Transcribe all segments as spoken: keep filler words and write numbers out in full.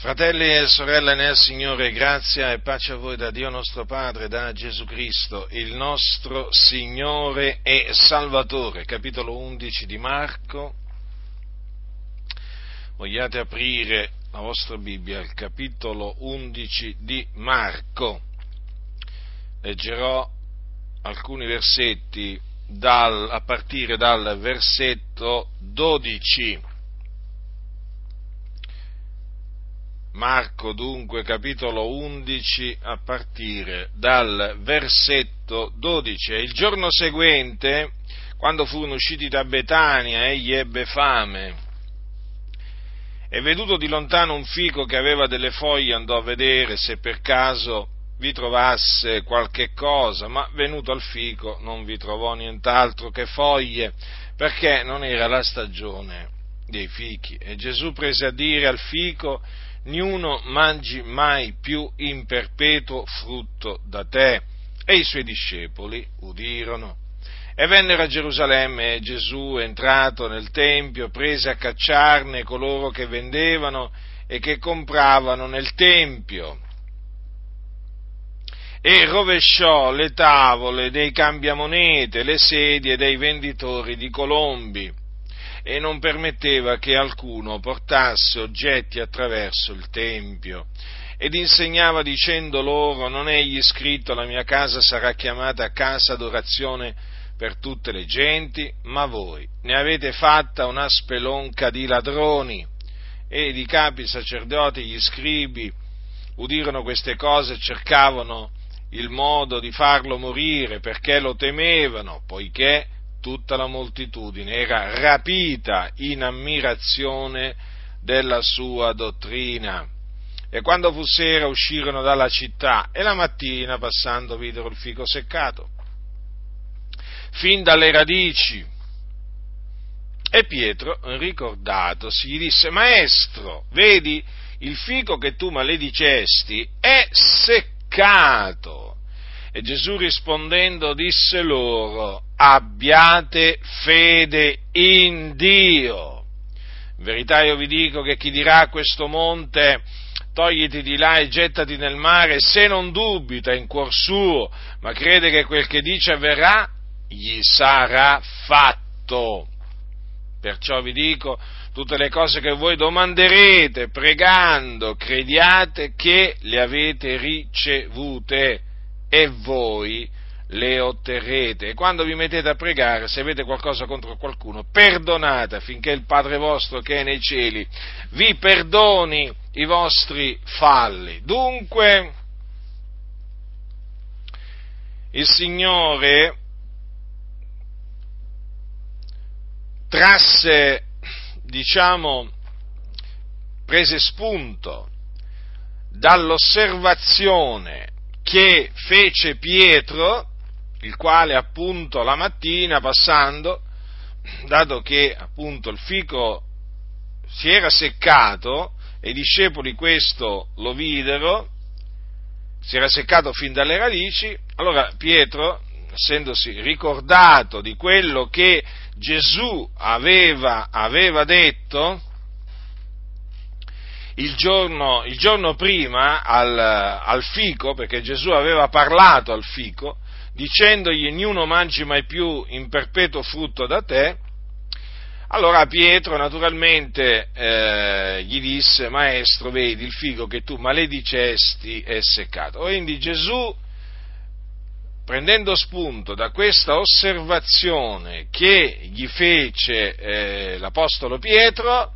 Fratelli e sorelle nel Signore, grazia e pace a voi da Dio nostro Padre, da Gesù Cristo, il nostro Signore e Salvatore. Capitolo undici di Marco. Vogliate aprire la vostra Bibbia al capitolo undici di Marco. Leggerò alcuni versetti dal, a partire dal versetto dodici. Marco dunque, capitolo undici, a partire dal versetto dodici. E il giorno seguente, quando furono usciti da Betania, egli ebbe fame. E veduto di lontano un fico che aveva delle foglie, andò a vedere se per caso vi trovasse qualche cosa, ma venuto al fico non vi trovò nient'altro che foglie, perché non era la stagione dei fichi. E Gesù prese a dire al fico: niuno mangi mai più in perpetuo frutto da te. E i suoi discepoli udirono. E vennero a Gerusalemme, e Gesù, entrato nel Tempio, prese a cacciarne coloro che vendevano e che compravano nel Tempio, e rovesciò le tavole dei cambiamonete, le sedie dei venditori di colombi, e non permetteva che alcuno portasse oggetti attraverso il Tempio, ed insegnava dicendo loro: non è egli scritto, la mia casa sarà chiamata casa d'orazione per tutte le genti, ma voi ne avete fatta una spelonca di ladroni. Ed i capi sacerdoti, gli scribi, udirono queste cose e cercavano il modo di farlo morire, perché lo temevano, poiché tutta la moltitudine era rapita in ammirazione della sua dottrina. E quando fu sera uscirono dalla città, e la mattina, passando, videro il fico seccato fin dalle radici. E Pietro, ricordatosi, gli disse: Maestro, vedi, il fico che tu maledicesti è seccato. E Gesù rispondendo disse loro: abbiate fede in Dio. In verità io vi dico che chi dirà a questo monte: togliti di là e gettati nel mare, se non dubita in cuor suo, ma crede che quel che dice avverrà, gli sarà fatto. Perciò vi dico, tutte le cose che voi domanderete pregando, crediate che le avete ricevute e voi le otterrete. E quando vi mettete a pregare, se avete qualcosa contro qualcuno, perdonate, affinché il Padre vostro che è nei cieli vi perdoni i vostri falli. Dunque, il Signore trasse, diciamo, prese spunto dall'osservazione che fece Pietro, il quale appunto la mattina passando, dato che appunto il fico si era seccato e i discepoli questo lo videro, si era seccato fin dalle radici, allora Pietro, essendosi ricordato di quello che Gesù aveva, aveva detto il giorno, il giorno prima al, al fico, perché Gesù aveva parlato al fico, dicendogli: niuno mangi mai più in perpetuo frutto da te. Allora Pietro naturalmente eh, gli disse: Maestro, vedi, il fico che tu maledicesti è seccato. Quindi Gesù, prendendo spunto da questa osservazione che gli fece eh, l'Apostolo Pietro,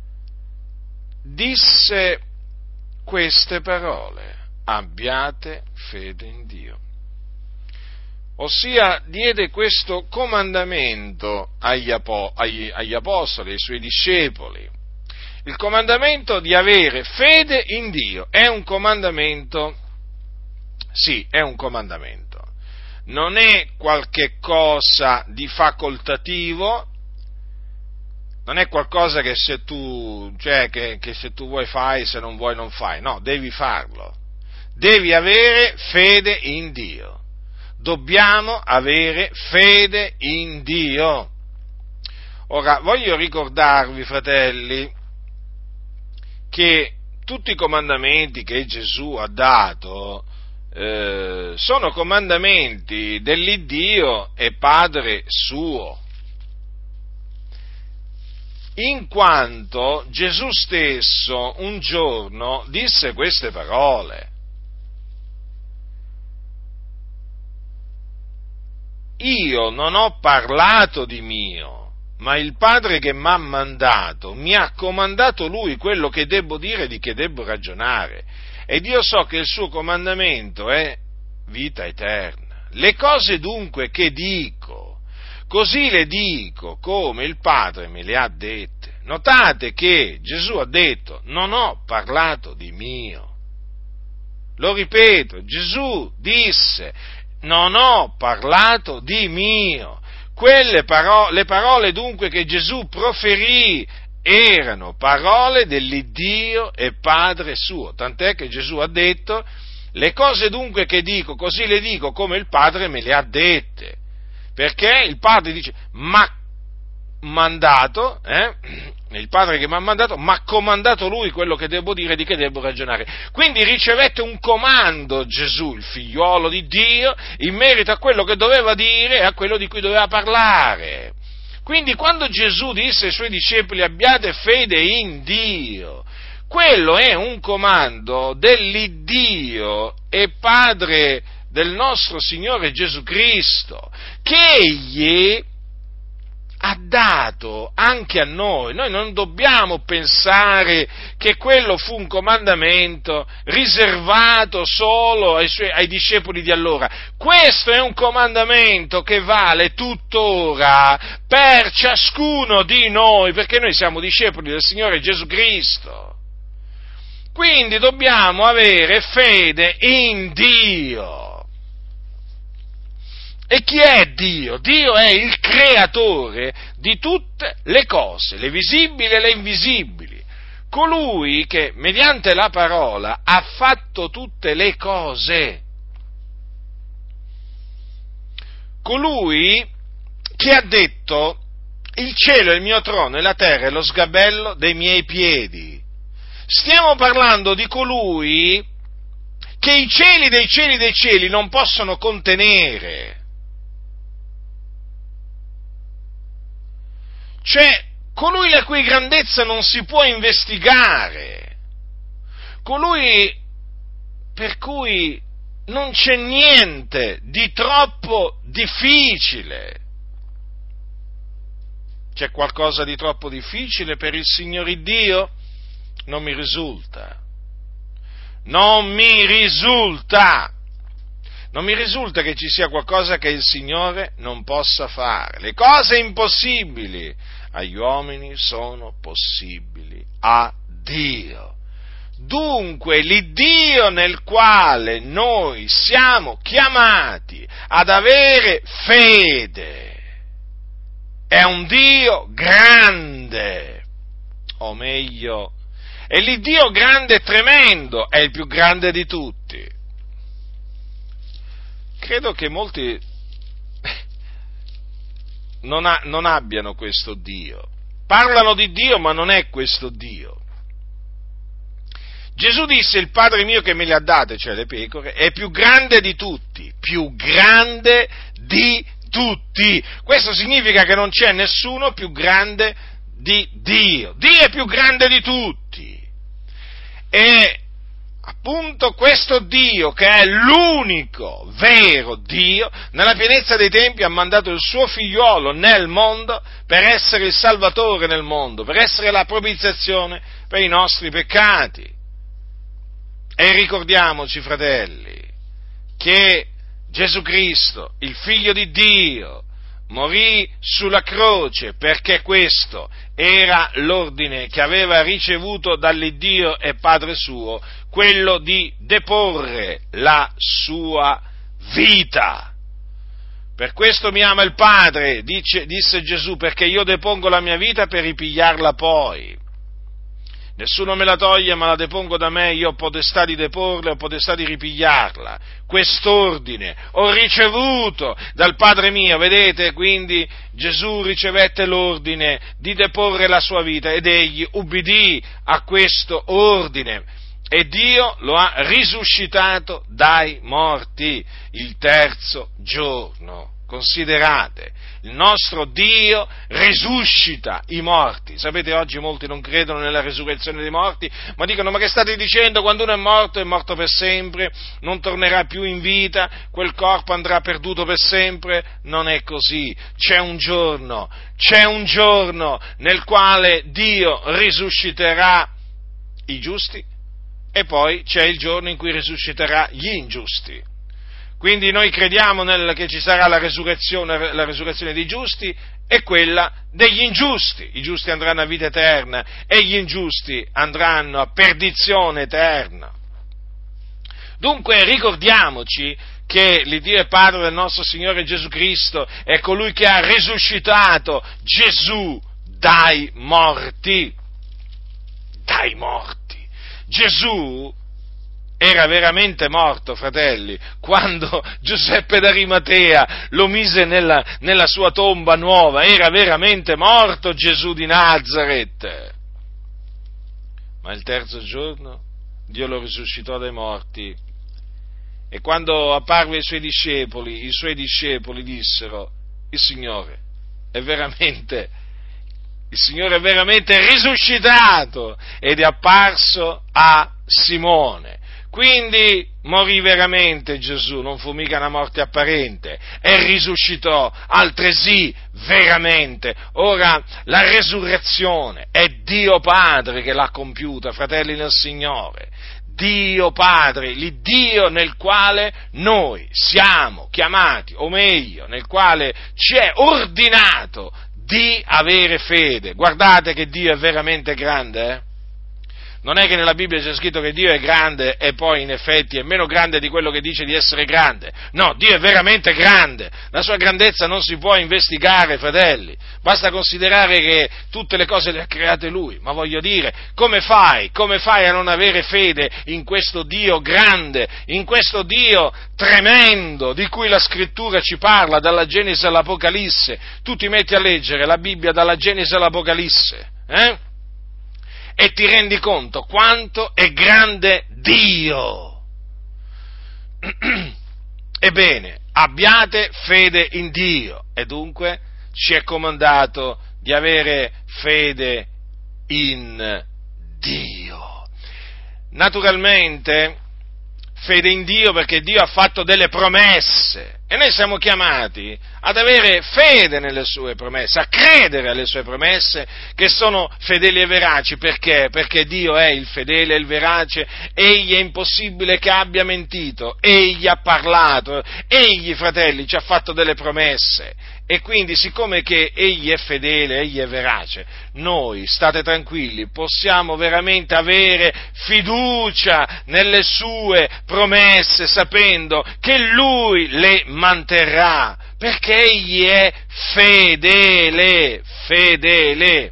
disse queste parole: abbiate fede in Dio. Ossia, diede questo comandamento agli, apo, agli, agli apostoli, ai suoi discepoli. Il comandamento di avere fede in Dio è un comandamento, sì, è un comandamento. Non è qualche cosa di facoltativo, non è qualcosa che se tu, cioè che, che se tu vuoi fai, se non vuoi non fai, no, devi farlo. Devi avere fede in Dio. Dobbiamo avere fede in Dio. Ora, voglio ricordarvi, fratelli, che tutti i comandamenti che Gesù ha dato eh, sono comandamenti dell'Iddio e Padre suo, in quanto Gesù stesso un giorno disse queste parole: io non ho parlato di mio, ma il Padre che mi ha mandato mi ha comandato Lui quello che debbo dire e di che debbo ragionare, ed io so che il suo comandamento è vita eterna. Le cose dunque che dico, così le dico come il Padre me le ha dette. Notate che Gesù ha detto: non ho parlato di mio. Lo ripeto, Gesù disse: non ho parlato di mio. Quelle parole, le parole dunque che Gesù proferì erano parole dell'Iddio e Padre suo, tant'è che Gesù ha detto: le cose dunque che dico, così le dico come il Padre me le ha dette, perché il Padre dice: m'ha mandato, eh? il Padre che mi ha mandato, mi ha comandato Lui quello che devo dire e di che devo ragionare. Quindi ricevette un comando Gesù, il figliuolo di Dio, in merito a quello che doveva dire e a quello di cui doveva parlare. Quindi quando Gesù disse ai Suoi discepoli: abbiate fede in Dio, quello è un comando dell'Iddio e Padre del nostro Signore Gesù Cristo, che Egli ha dato anche a noi. Noi non dobbiamo pensare che quello fu un comandamento riservato solo ai, suoi, ai discepoli di allora. Questo è un comandamento che vale tuttora per ciascuno di noi, perché noi siamo discepoli del Signore Gesù Cristo. Quindi dobbiamo avere fede in Dio. E chi è Dio? Dio è il creatore di tutte le cose, le visibili e le invisibili, colui che mediante la parola ha fatto tutte le cose, colui che ha detto: il cielo è il mio trono e la terra è lo sgabello dei miei piedi. Stiamo parlando di colui che i cieli dei cieli dei cieli non possono contenere. Cioè, colui la cui grandezza non si può investigare, colui per cui non c'è niente di troppo difficile. C'è qualcosa di troppo difficile per il Signore Dio? Non mi risulta. Non mi risulta. Non mi risulta che ci sia qualcosa che il Signore non possa fare. Le cose impossibili agli uomini sono possibili a Dio. Dunque l'Iddio nel quale noi siamo chiamati ad avere fede è un Dio grande, o meglio, è l'Iddio grande e tremendo, è il più grande di tutti. Credo che molti non, ha, non abbiano questo Dio. Parlano di Dio, ma non è questo Dio. Gesù disse: il Padre mio che me le ha date, cioè le pecore, è più grande di tutti, più grande di tutti. Questo significa che non c'è nessuno più grande di Dio. Dio è più grande di tutti. E appunto questo Dio, che è l'unico vero Dio, nella pienezza dei tempi ha mandato il suo figliuolo nel mondo per essere il Salvatore nel mondo, per essere la propiziazione per i nostri peccati. E ricordiamoci, fratelli, che Gesù Cristo, il Figlio di Dio, morì sulla croce perché questo era l'ordine che aveva ricevuto dall'Iddio e Padre suo, quello di deporre la sua vita. Per questo mi ama il Padre, dice, disse Gesù, perché io depongo la mia vita per ripigliarla poi. Nessuno me la toglie, ma la depongo da me, io ho potestà di deporla, ho potestà di ripigliarla. Quest'ordine ho ricevuto dal Padre mio, vedete? Quindi Gesù ricevette l'ordine di deporre la sua vita ed egli ubbidì a questo ordine. E Dio lo ha risuscitato dai morti il terzo giorno. Considerate, il nostro Dio risuscita i morti. Sapete, oggi molti non credono nella risurrezione dei morti, ma dicono: ma che state dicendo? Quando uno è morto, è morto per sempre, non tornerà più in vita, quel corpo andrà perduto per sempre. Non è così. C'è un giorno, c'è un giorno nel quale Dio risusciterà i giusti e poi c'è il giorno in cui risusciterà gli ingiusti. Quindi noi crediamo nel, che ci sarà la resurrezione, la resurrezione dei giusti e quella degli ingiusti. I giusti andranno a vita eterna e gli ingiusti andranno a perdizione eterna. Dunque ricordiamoci che l'Iddio e Padre del nostro Signore Gesù Cristo è colui che ha risuscitato Gesù dai morti. Dai morti. Gesù era veramente morto, fratelli, quando Giuseppe d'Arimatea lo mise nella, nella sua tomba nuova. Era veramente morto Gesù di Nazaret. Ma il terzo giorno Dio lo risuscitò dai morti. E quando apparve ai suoi discepoli, i suoi discepoli dissero: il Signore è veramente, il Signore è veramente risuscitato ed è apparso a Simone. Quindi morì veramente Gesù, non fu mica una morte apparente, e risuscitò altresì veramente. Ora, la resurrezione è Dio Padre che l'ha compiuta, fratelli nel Signore. Dio Padre, l'Iddio nel quale noi siamo chiamati, o meglio, nel quale ci è ordinato di avere fede. Guardate che Dio è veramente grande, eh? Non è che nella Bibbia c'è scritto che Dio è grande e poi in effetti è meno grande di quello che dice di essere grande. No, Dio è veramente grande. La sua grandezza non si può investigare, fratelli. Basta considerare che tutte le cose le ha create Lui. Ma voglio dire, come fai? Come fai a non avere fede in questo Dio grande, in questo Dio tremendo di cui la Scrittura ci parla dalla Genesi all'Apocalisse? Tu ti metti a leggere la Bibbia dalla Genesi all'Apocalisse, eh? E ti rendi conto quanto è grande Dio. Ebbene, abbiate fede in Dio, e dunque ci è comandato di avere fede in Dio. Naturalmente, fede in Dio perché Dio ha fatto delle promesse e noi siamo chiamati ad avere fede nelle sue promesse, a credere alle sue promesse che sono fedeli e veraci. Perché? Perché Dio è il fedele e il verace, Egli è impossibile che abbia mentito, Egli ha parlato, Egli, fratelli, ci ha fatto delle promesse. E quindi, siccome che Egli è fedele, Egli è verace, noi, state tranquilli, possiamo veramente avere fiducia nelle sue promesse, sapendo che Lui le manterrà, perché Egli è fedele, fedele.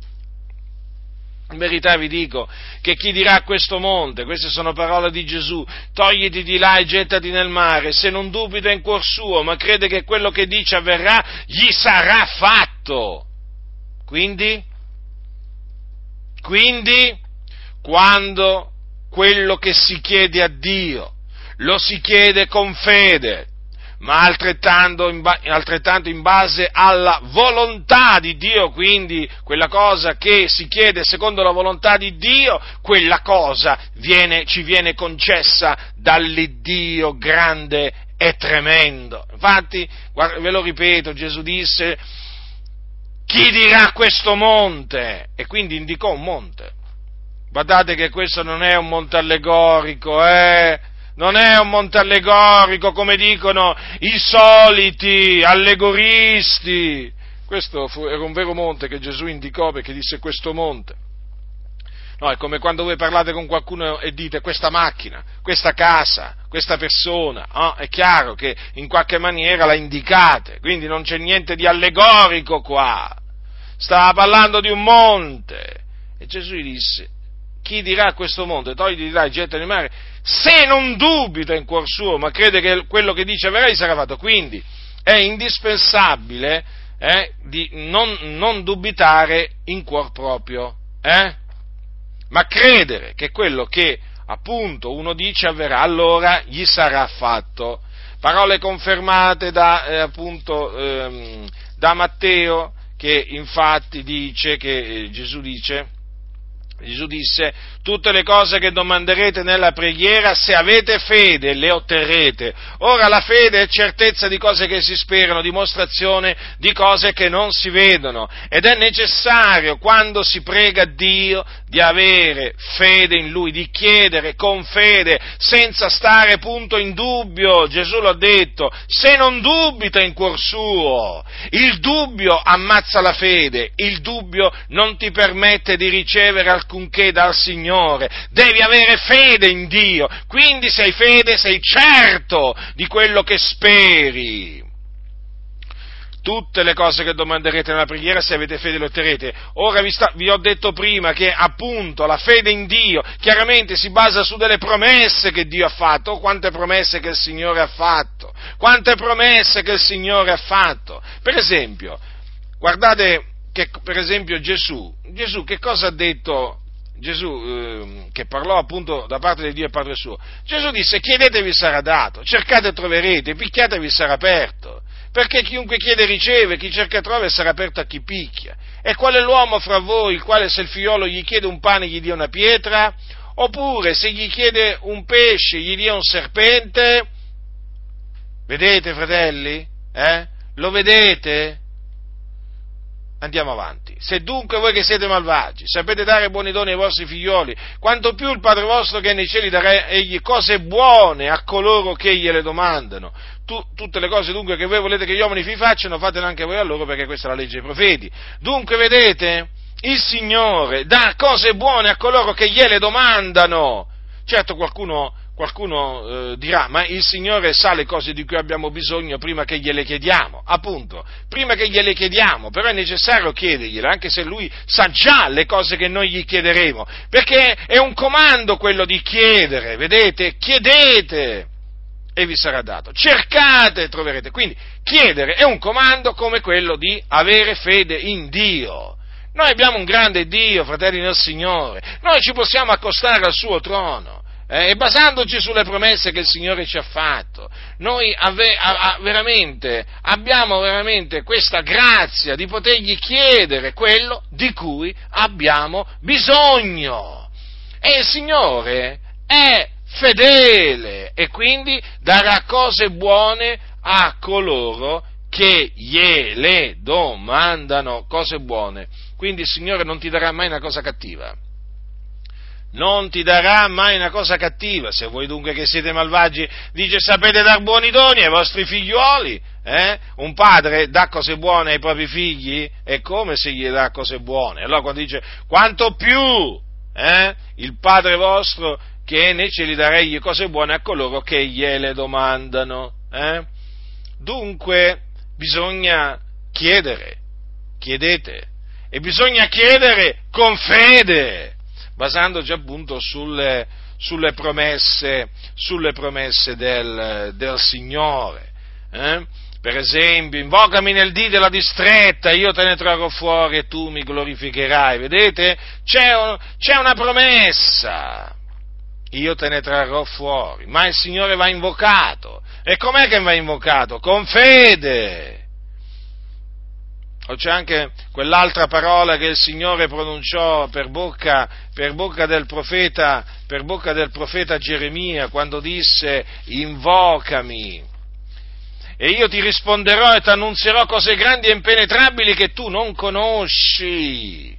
In verità vi dico che chi dirà a questo monte, queste sono parole di Gesù, togliti di là e gettati nel mare, se non dubita in cuor suo, ma crede che quello che dice avverrà, gli sarà fatto. Quindi, quindi, quando quello che si chiede a Dio lo si chiede con fede, ma altrettanto in, ba- altrettanto in base alla volontà di Dio, quindi quella cosa che si chiede secondo la volontà di Dio, quella cosa viene, ci viene concessa dall'Iddio grande e tremendo. Infatti, guarda, ve lo ripeto, Gesù disse: chi dirà questo monte? E quindi indicò un monte. Guardate che questo non è un monte allegorico, eh? Non è un monte allegorico come dicono i soliti allegoristi. Questo fu, era un vero monte che Gesù indicò, perché disse questo monte. No, è come quando voi parlate con qualcuno e dite questa macchina, questa casa, questa persona, no? È chiaro che in qualche maniera la indicate, quindi non c'è niente di allegorico qua. Stava parlando di un monte e Gesù gli disse: chi dirà a questo monte, togliti di là e gettati nel mare, se non dubita in cuor suo, ma crede che quello che dice avverrà, gli sarà fatto. Quindi è indispensabile eh, di non, non dubitare in cuor proprio, eh? ma credere che quello che appunto uno dice avverrà, allora gli sarà fatto. Parole confermate da, eh, appunto, ehm, da Matteo, che infatti dice, che eh, Gesù dice, Gesù disse, tutte le cose che domanderete nella preghiera, se avete fede, le otterrete. Ora la fede è certezza di cose che si sperano, dimostrazione di cose che non si vedono, ed è necessario, quando si prega Dio, di avere fede in Lui, di chiedere con fede, senza stare punto in dubbio. Gesù l'ha detto, se non dubita in cuor suo. Il dubbio ammazza la fede, il dubbio non ti permette di ricevere alcunché dal Signore. Devi avere fede in Dio, quindi se hai fede sei certo di quello che speri. Tutte le cose che domanderete nella preghiera, se avete fede, le otterrete. Ora vi, sta, vi ho detto prima che appunto la fede in Dio chiaramente si basa su delle promesse che Dio ha fatto. Oh, quante promesse che il Signore ha fatto! Quante promesse che il Signore ha fatto! Per esempio, guardate che per esempio Gesù, Gesù che cosa ha detto? Gesù, eh, che parlò appunto da parte di Dio e Padre suo, Gesù disse: chiedetevi sarà dato, cercate e troverete, picchiatevi sarà aperto, perché chiunque chiede riceve, chi cerca trova e sarà aperto a chi picchia. E qual è l'uomo fra voi il quale, se il figliolo gli chiede un pane, gli dia una pietra? Oppure se gli chiede un pesce, gli dia un serpente? Vedete, fratelli? Eh? Lo vedete? Andiamo avanti. Se dunque voi che siete malvagi sapete dare buoni doni ai vostri figlioli, quanto più il Padre vostro che è nei cieli darà egli cose buone a coloro che gliele domandano. Tu, tutte le cose dunque che voi volete che gli uomini vi facciano, fatele anche voi a loro, perché questa è la legge dei profeti. Dunque vedete, il Signore dà cose buone a coloro che gliele domandano. Certo, qualcuno Qualcuno eh, dirà, ma il Signore sa le cose di cui abbiamo bisogno prima che gliele chiediamo. Appunto, prima che gliele chiediamo, però è necessario chiedergliele, anche se Lui sa già le cose che noi gli chiederemo, perché è un comando quello di chiedere, vedete? Chiedete e vi sarà dato, cercate e troverete. Quindi chiedere è un comando come quello di avere fede in Dio. Noi abbiamo un grande Dio, fratelli nel Signore, noi ci possiamo accostare al suo trono. Eh, e basandoci sulle promesse che il Signore ci ha fatto, noi ave, a, a, veramente abbiamo veramente questa grazia di potergli chiedere quello di cui abbiamo bisogno. E il Signore è fedele e quindi darà cose buone a coloro che gliele domandano, cose buone. Quindi il Signore non ti darà mai una cosa cattiva. Non ti darà mai una cosa cattiva. Se voi dunque che siete malvagi, dice, sapete dar buoni doni ai vostri figliuoli, eh? Un padre dà cose buone ai propri figli? È come se gli dà cose buone. Allora quando dice, quanto più eh? il Padre vostro che ne ce li darei cose buone a coloro che gliele domandano. Eh? Dunque bisogna chiedere, chiedete, e bisogna chiedere con fede, basandoci appunto sulle, sulle promesse, sulle promesse del, del Signore. Eh? Per esempio, invocami nel dì della distretta, io te ne trarrò fuori e tu mi glorificherai. Vedete? C'è, un, c'è una promessa, io te ne trarrò fuori, ma il Signore va invocato. E com'è che va invocato? Con fede. O c'è anche quell'altra parola che il Signore pronunciò per bocca, per bocca del profeta, per bocca del profeta Geremia, quando disse, invocami, e io ti risponderò e ti annunzierò cose grandi e impenetrabili che tu non conosci.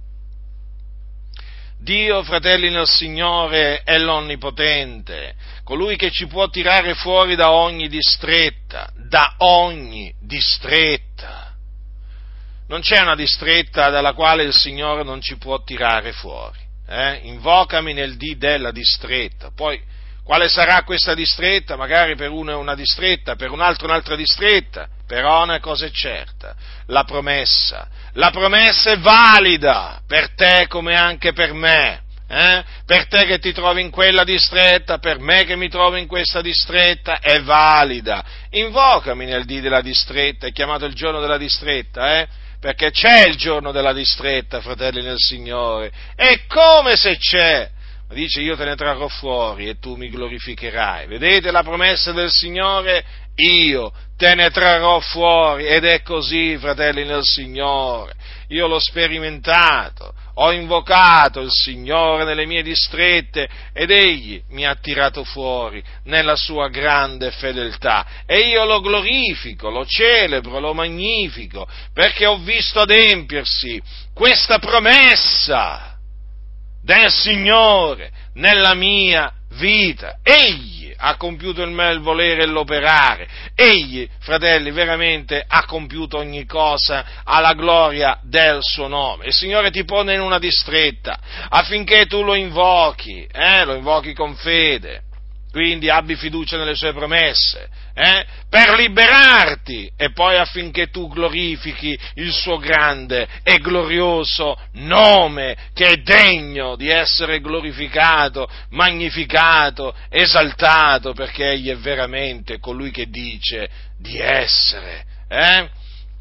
Dio, fratelli nel Signore, è l'Onnipotente, colui che ci può tirare fuori da ogni distretta, da ogni distretta. Non c'è una distretta dalla quale il Signore non ci può tirare fuori. Eh? Invocami nel dì della distretta. Poi, quale sarà questa distretta? Magari per uno è una distretta, per un altro un'altra distretta. Però una cosa è certa, la promessa. La promessa è valida per te come anche per me. Eh? Per te che ti trovi in quella distretta, per me che mi trovo in questa distretta, è valida. Invocami nel dì della distretta, è chiamato il giorno della distretta, eh? Perché c'è il giorno della distretta, fratelli nel Signore, è come se c'è. Ma dice, io te ne trarrò fuori e tu mi glorificherai. Vedete la promessa del Signore? Io te ne trarrò fuori, ed è così, fratelli nel Signore. Io l'ho sperimentato, ho invocato il Signore nelle mie distrette ed Egli mi ha tirato fuori nella sua grande fedeltà. E io lo glorifico, lo celebro, lo magnifico, perché ho visto adempiersi questa promessa del Signore nella mia vita. Egli ha compiuto il me il volere e l'operare. Egli, fratelli, veramente ha compiuto ogni cosa alla gloria del suo nome. Il Signore ti pone in una distretta affinché tu lo invochi, eh, lo invochi con fede. Quindi abbi fiducia nelle sue promesse, eh, per liberarti e poi affinché tu glorifichi il suo grande e glorioso nome, che è degno di essere glorificato, magnificato, esaltato, perché Egli è veramente colui che dice di essere, eh?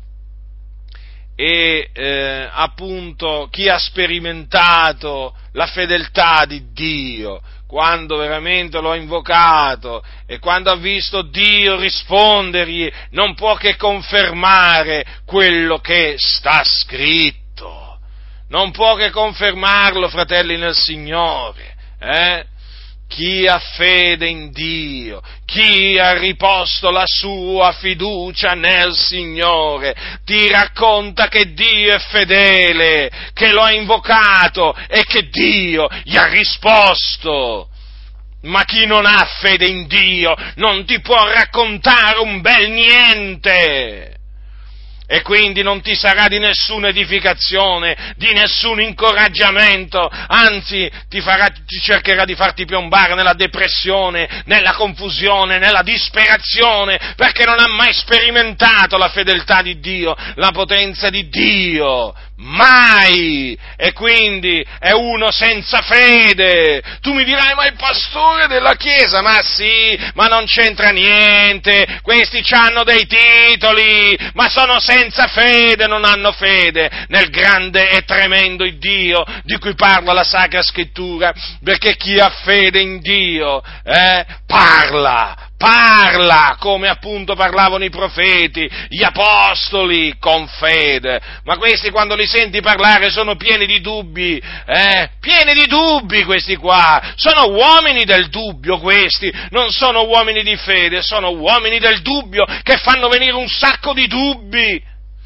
E eh, appunto chi ha sperimentato la fedeltà di Dio, quando veramente lo ha invocato e quando ha visto Dio rispondergli, non può che confermare quello che sta scritto, non può che confermarlo, fratelli nel Signore, eh? Chi ha fede in Dio, chi ha riposto la sua fiducia nel Signore, ti racconta che Dio è fedele, che lo ha invocato e che Dio gli ha risposto. Ma chi non ha fede in Dio non ti può raccontare un bel niente. E quindi non ti sarà di nessuna edificazione, di nessun incoraggiamento, anzi ti, farà, ti cercherà di farti piombare nella depressione, nella confusione, nella disperazione, perché non ha mai sperimentato la fedeltà di Dio, la potenza di Dio, mai! E quindi è uno senza fede. Tu mi dirai, ma il pastore della Chiesa, ma sì, ma non c'entra niente, questi hanno dei titoli, ma sono senza senza fede, non hanno fede nel grande e tremendo Dio di cui parla la Sacra Scrittura, perché chi ha fede in Dio, eh, parla, parla, come appunto parlavano i profeti, gli apostoli, con fede, ma questi quando li senti parlare sono pieni di dubbi, eh, pieni di dubbi questi qua, sono uomini del dubbio questi, non sono uomini di fede, sono uomini del dubbio che fanno venire un sacco di dubbi.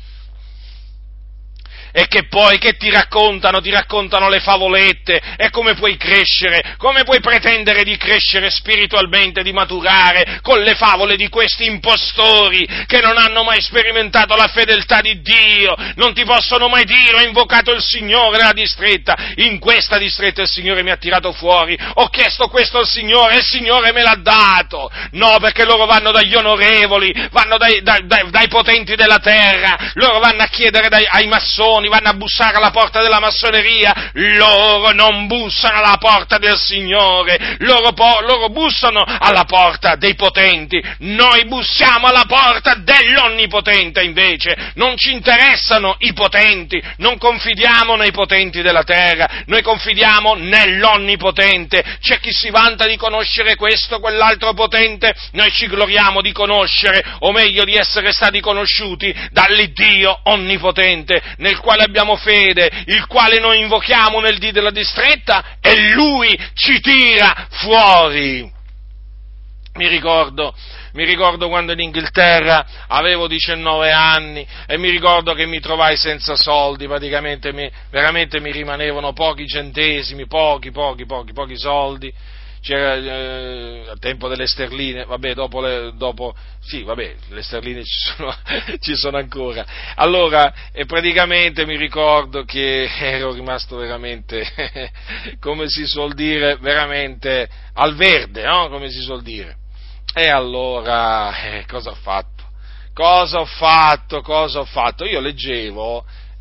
E che poi, che ti raccontano, ti raccontano le favolette, e come puoi crescere, come puoi pretendere di crescere spiritualmente, di maturare, con le favole di questi impostori, che non hanno mai sperimentato la fedeltà di Dio, non ti possono mai dire, ho invocato il Signore nella distretta, in questa distretta il Signore mi ha tirato fuori, ho chiesto questo al Signore, e il Signore me l'ha dato, no, perché loro vanno dagli onorevoli, vanno dai, dai, dai, dai potenti della terra, loro vanno a chiedere dai, ai massoni, vanno a bussare alla porta della massoneria, loro non bussano alla porta del Signore, loro, po- loro bussano alla porta dei potenti, noi bussiamo alla porta dell'Onnipotente invece, non ci interessano i potenti, non confidiamo nei potenti della terra, noi confidiamo nell'Onnipotente, c'è chi si vanta di conoscere questo, quell'altro potente, noi ci gloriamo di conoscere, o meglio di essere stati conosciuti dall'Iddio Onnipotente, nel quale abbiamo fede, il quale noi invochiamo nel dì della distretta, e Lui ci tira fuori. Mi ricordo, mi ricordo quando in Inghilterra avevo diciannove anni e mi ricordo che mi trovai senza soldi, praticamente mi, veramente mi rimanevano pochi centesimi, pochi, pochi, pochi, pochi soldi. C'era eh, al tempo delle sterline, vabbè, dopo, le, dopo sì, vabbè, le sterline ci sono, ci sono ancora. Allora, e praticamente mi ricordo che ero rimasto veramente, come si suol dire, veramente al verde, no? Come si suol dire. E allora, eh, cosa ho fatto? Cosa ho fatto? Cosa ho fatto? Io leggevo,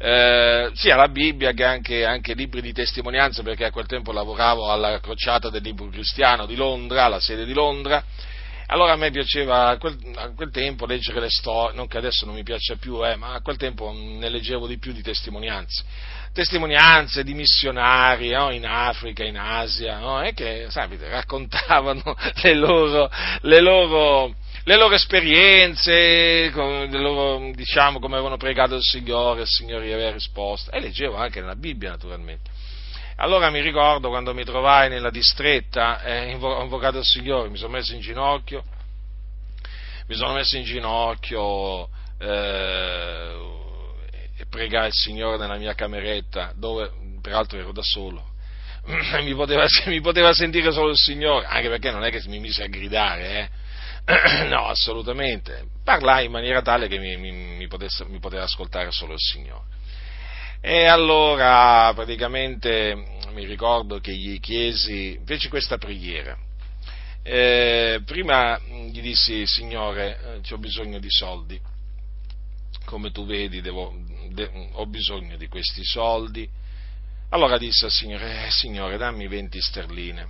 eh, sia la Bibbia che anche, anche libri di testimonianza, perché a quel tempo lavoravo alla crociata del libro cristiano di Londra, alla sede di Londra. Allora a me piaceva a quel, a quel tempo leggere le storie, non che adesso non mi piaccia più, eh, ma a quel tempo ne leggevo di più di testimonianze, testimonianze di missionari, no, in Africa, in Asia, no, e che, sapete, raccontavano le loro, le loro, le loro esperienze, le loro, diciamo, come avevano pregato il Signore, il Signore gli aveva risposto, e leggevo anche nella Bibbia, naturalmente. Allora mi ricordo quando mi trovai nella distretta, eh, ho invocato il Signore, mi sono messo in ginocchio, mi sono messo in ginocchio eh, e pregai il Signore nella mia cameretta, dove peraltro ero da solo, mi poteva, mi poteva sentire solo il Signore, anche perché non è che mi mise a gridare, eh. No, assolutamente, parlai in maniera tale che mi, mi, mi, potesse, mi poteva ascoltare solo il Signore. E allora praticamente mi ricordo che gli chiesi, feci questa preghiera. Eh, prima gli dissi: Signore, eh, ho bisogno di soldi, come tu vedi devo, de, ho bisogno di questi soldi. Allora disse al Signore: eh, Signore, dammi venti sterline.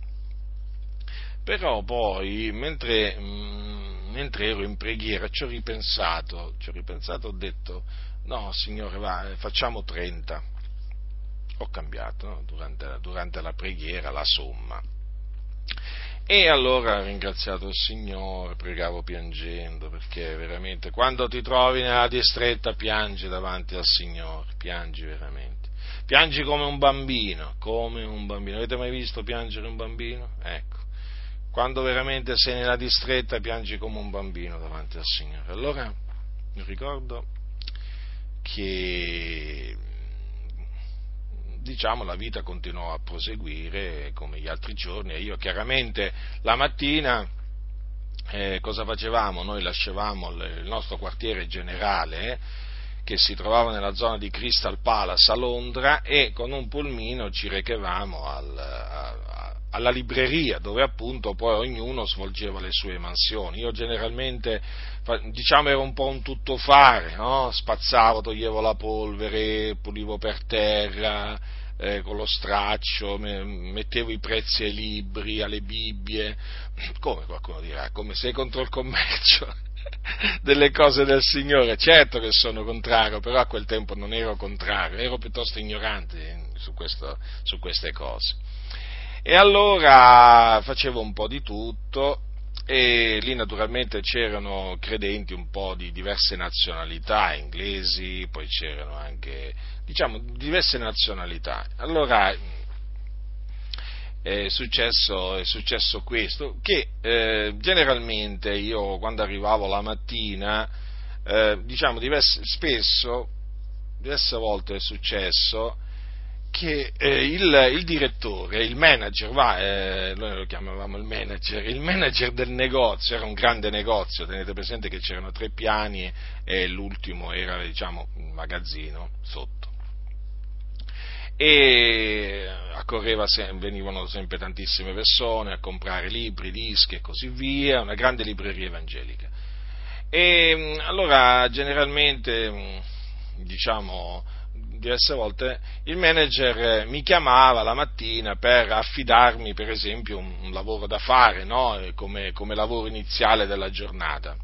Però poi, mentre, mh, mentre ero in preghiera, ci ho ripensato, ci ho ripensato, ho detto: no, Signore, va, facciamo trenta. Ho cambiato, no? durante, durante la preghiera la somma. E allora ho ringraziato il Signore, pregavo piangendo, perché veramente quando ti trovi nella distretta piangi davanti al Signore, piangi veramente. Piangi come un bambino, come un bambino. Avete mai visto piangere un bambino? Ecco. Quando veramente sei nella distretta piangi come un bambino davanti al Signore. Allora mi ricordo che, diciamo, la vita continuò a proseguire come gli altri giorni, e io chiaramente la mattina eh, cosa facevamo? Noi lasciavamo il nostro quartiere generale, eh, che si trovava nella zona di Crystal Palace a Londra, e con un pulmino ci recavamo al, a, alla libreria, dove appunto poi ognuno svolgeva le sue mansioni. Io generalmente, diciamo, ero un po' un tuttofare, no? Spazzavo, toglievo la polvere, pulivo per terra, eh, con lo straccio, mettevo i prezzi ai libri, alle Bibbie. Come qualcuno dirà, come sei contro il commercio delle cose del Signore? Certo che sono contrario, però a quel tempo non ero contrario, ero piuttosto ignorante su, questo, su queste cose. E allora facevo un po' di tutto, e lì naturalmente c'erano credenti un po' di diverse nazionalità, inglesi, poi c'erano anche, diciamo, diverse nazionalità. Allora è successo, è successo questo, che eh, generalmente io quando arrivavo la mattina, eh, diciamo diverse, spesso, diverse volte è successo che eh, il, il direttore, il manager, va, eh, noi lo chiamavamo il manager, il manager del negozio, era un grande negozio, tenete presente che c'erano tre piani e l'ultimo era, diciamo, un magazzino sotto. E accorreva, venivano sempre tantissime persone a comprare libri, dischi e così via, una grande libreria evangelica. E allora generalmente, diciamo, diverse volte il manager mi chiamava la mattina per affidarmi, per esempio, un, un lavoro da fare, no? come, come lavoro iniziale della giornata.